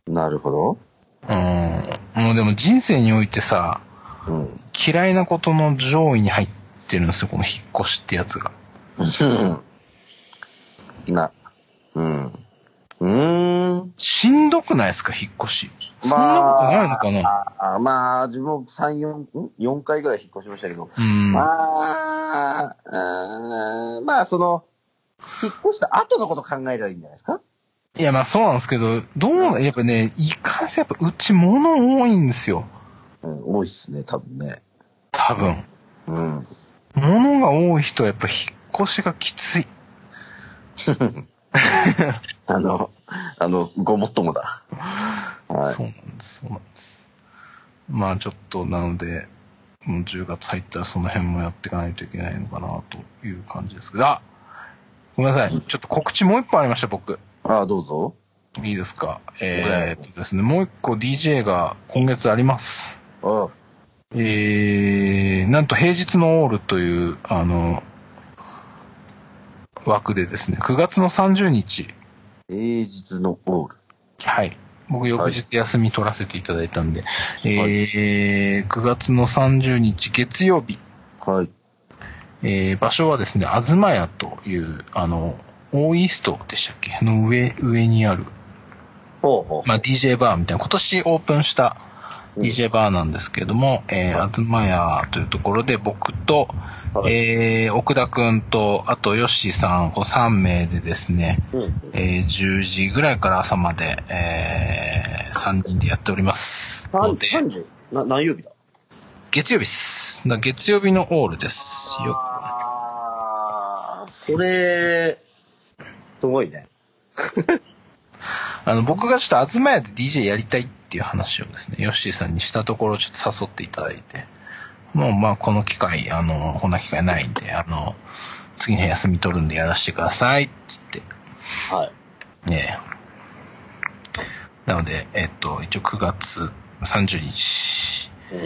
なるほど。 うん。もうでも人生においてさ、うん、嫌いなことの上位に入ってるんですよ、この引っ越しってやつが。 な、うん。うーん。 しんどくないですか、引っ越し。そんなことないのかな。 まあ、まあ、自分もさん、よん、よんかいぐらい引っ越しましたけど。 うん、 まあ、あまあ、その、引っ越した後のこと考えればいいんじゃないですか。 いや、まあそうなんですけど、どう、やっぱね、いかんせんやっぱうち物多いんですよ。 うん、多いっすね、多分ね。 多分。 うん。 物が多い人はやっぱ引っ越しがきつい。 あの、あの、ごもっともだ。 はい。そうなんです、そうなんです。まあちょっと、なので、もうじゅうがつ入ったらその辺もやっていかないといけないのかなという感じですけど、あ、ごめんなさい。ちょっと告知もう一本ありました、僕。 ああ、どうぞ。 いいですか。えー、っとですね、もう一個 ディージェー が今月あります。 ああ。 えー、なんと平日のオールという、あの、枠でですね、くがつのさんじゅうにち。 平日のオール。 はい。僕翌日休み取らせていただいたんで、はい、えー、くがつのさんじゅうにち月曜日。 はい。 えー、場所はですね、あずまやという、あの、オーイーストでしたっけの上、上にある。 ほうほう。 まあ ディージェー バーみたいな、今年オープンしたディージェー バーなんですけれども、うん、えー、あずまやというところで僕と、はい、えー、奥田くんと、あとヨッシーさん、こうさん名でですね、うん、えー、じゅうじぐらいから朝まで、えー、さんにんでやっておりますので。 さんじな、何曜日だ？ 月曜日っす。だ月曜日のオールですよ。 あー、それ、すごいね。 あの、僕がちょっと東屋で ディージェー やりたいっていう話をですね、ヨッシーさんにしたところちょっと誘っていただいて、もうまあこの機会、あの、こんな機会ないんで、あの、次の日休み取るんでやらせてくださいって言って。 はい。 ねえ。なので、えっと、一応くがつさんじゅうにち。うん、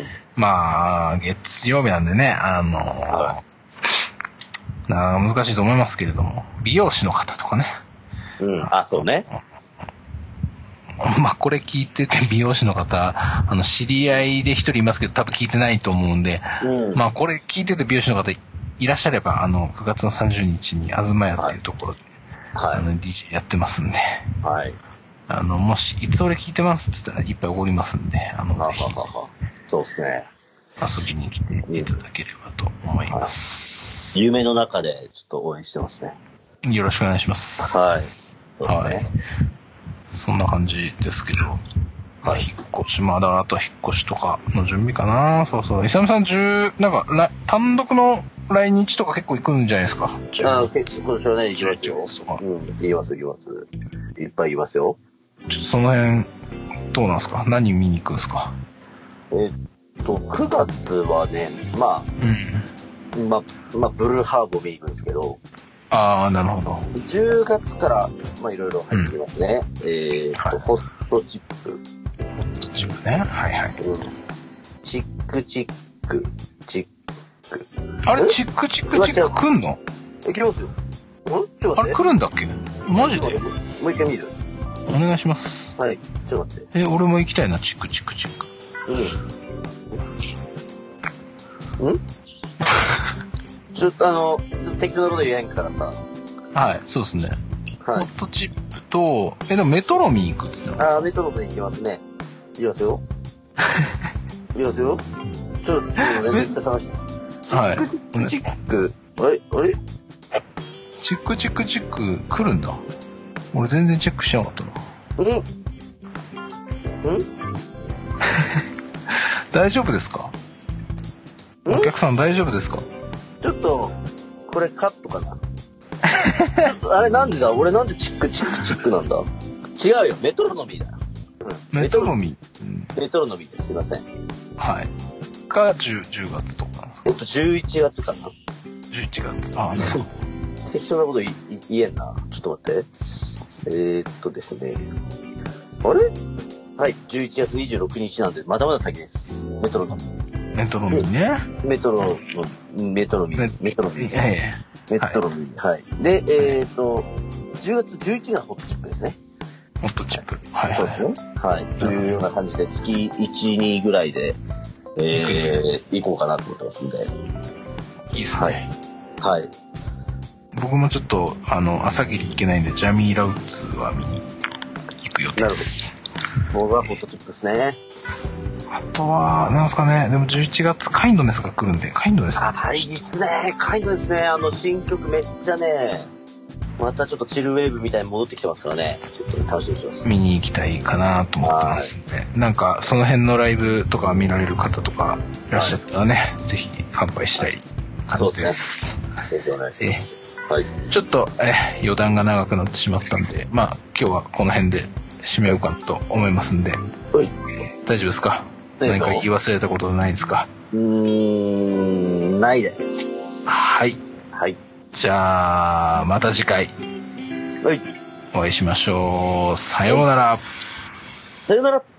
まあ、月曜日なんでね、あの、はい、な難しいと思いますけれども、美容師の方とかね。 うん、あ、そうね。 まあ、これ聞いてて美容師の方、あの、知り合いで一人いますけど、多分聞いてないと思うんで、うん、まあ、これ聞いてて美容師の方いらっしゃれば、あの、くがつのさんじゅうにちに東屋っていうところで、はい、あの、ディージェー やってますんで、 はい。 あの、もし、いつ俺聞いてますって言ったらいっぱいおごりますんで、あの、ぜひ、 そうですね。 遊びに来ていただければと思います。 はい、夢の中でちょっと応援してますね。 よろしくお願いします。 はい。そうですね。はい。 そんな感じですけど、はい、引っ越し、まあ、だからあとは引っ越しとかの準備かな。そうそう。イサムさん、十、なんか、単独の来日とか結構行くんじゃないですか。 ああ、結構、それね、行きますよ。うん、行きます、行きます。いっぱい行きますよ。 ちょっとその辺、どうなんですか？何見に行くんですか？ えっと、くがつはね、まあ、うん、まあ、まあ、ブルーハーブを見に行くんですけど、 ああ、なるほど。 じゅうがつから、まあ、いろいろ入ってきますね。うん、えー、っと、はい、ホットチップ。 ホットチップね。はいはい。うん、 チックチック、チック。 あれ、チックチックチック来んの？ え、来ますよ。んちょっと待って。 あれ来るんだっけ？マジで？ もう一回見る。 お願いします。 はい。ちょっと待って。 え、俺も行きたいな、チックチックチック。 うん。んちょっとあの、適当なこと言えんからさ。 はい、そうですね。 はい。 ホットチップと、え、でもメトロミー行くっつってた。ああ、メトロミー行きますね。行きますよ。行きますよ。ちょっと、絶対探して。 はい。 チックチック。あれあれチックチックチック来るんだ。俺全然チェックしなかったな。 うん。うん大丈夫ですか？お客さん大丈夫ですか？ ちょっと、これカットかなあれなんでだ俺なんでチックチックチックなんだ違うよ。メトロノミーだよ。 うん、メトロノミー、 うん、メトロノミーです。すいません。 はい。がじゅう、じゅうがつとかなんですか？ えっと、じゅういちがつかな。 じゅういちがつ。ああ、そう。 適当なこと言えんな。ちょっと待って。えー、っとですね。あれはい。じゅういちがつにじゅうろくにちなんで、まだまだ先です。メトロノミー。 メトロミーね。 メトロの、メトロミー。メトロミー。はい。メトロミー。はい。で、えー、っと、じゅうがつじゅういちがつホットチップですね。 ホットチップ。はい。 そうですね。はい。というような感じで、月いち、にぐらいで、えー、行こうかなと思ってますんで。 いいっすね。 はい。はい。 僕もちょっと、あの、朝霧行けないんで、ジャミーラウッズは見に行く予定です。 僕はホットチップですね。 あとは、なんですかね、でもじゅういちがつ、カインドネスが来るんで、カインドネス。 あ、いいっすね。カインドネスね。あの、新曲めっちゃね、またちょっとチルウェーブみたいに戻ってきてますからね。ちょっと楽しみにしてます。 見に行きたいかなと思ってますんで、なんか、その辺のライブとか見られる方とかいらっしゃったらね、はい、ぜひ乾杯したい感じです。 ぜひお願いします。はい。 ちょっと、え、余談が長くなってしまったんで、まあ、今日はこの辺で締めようかなと思いますんで。 はい。 大丈夫ですか？何か言い忘れたことないですか？ うーん、ないです。 はい。 はい。 じゃあ、また次回。 はい。 お会いしましょう。さようなら。 さようなら。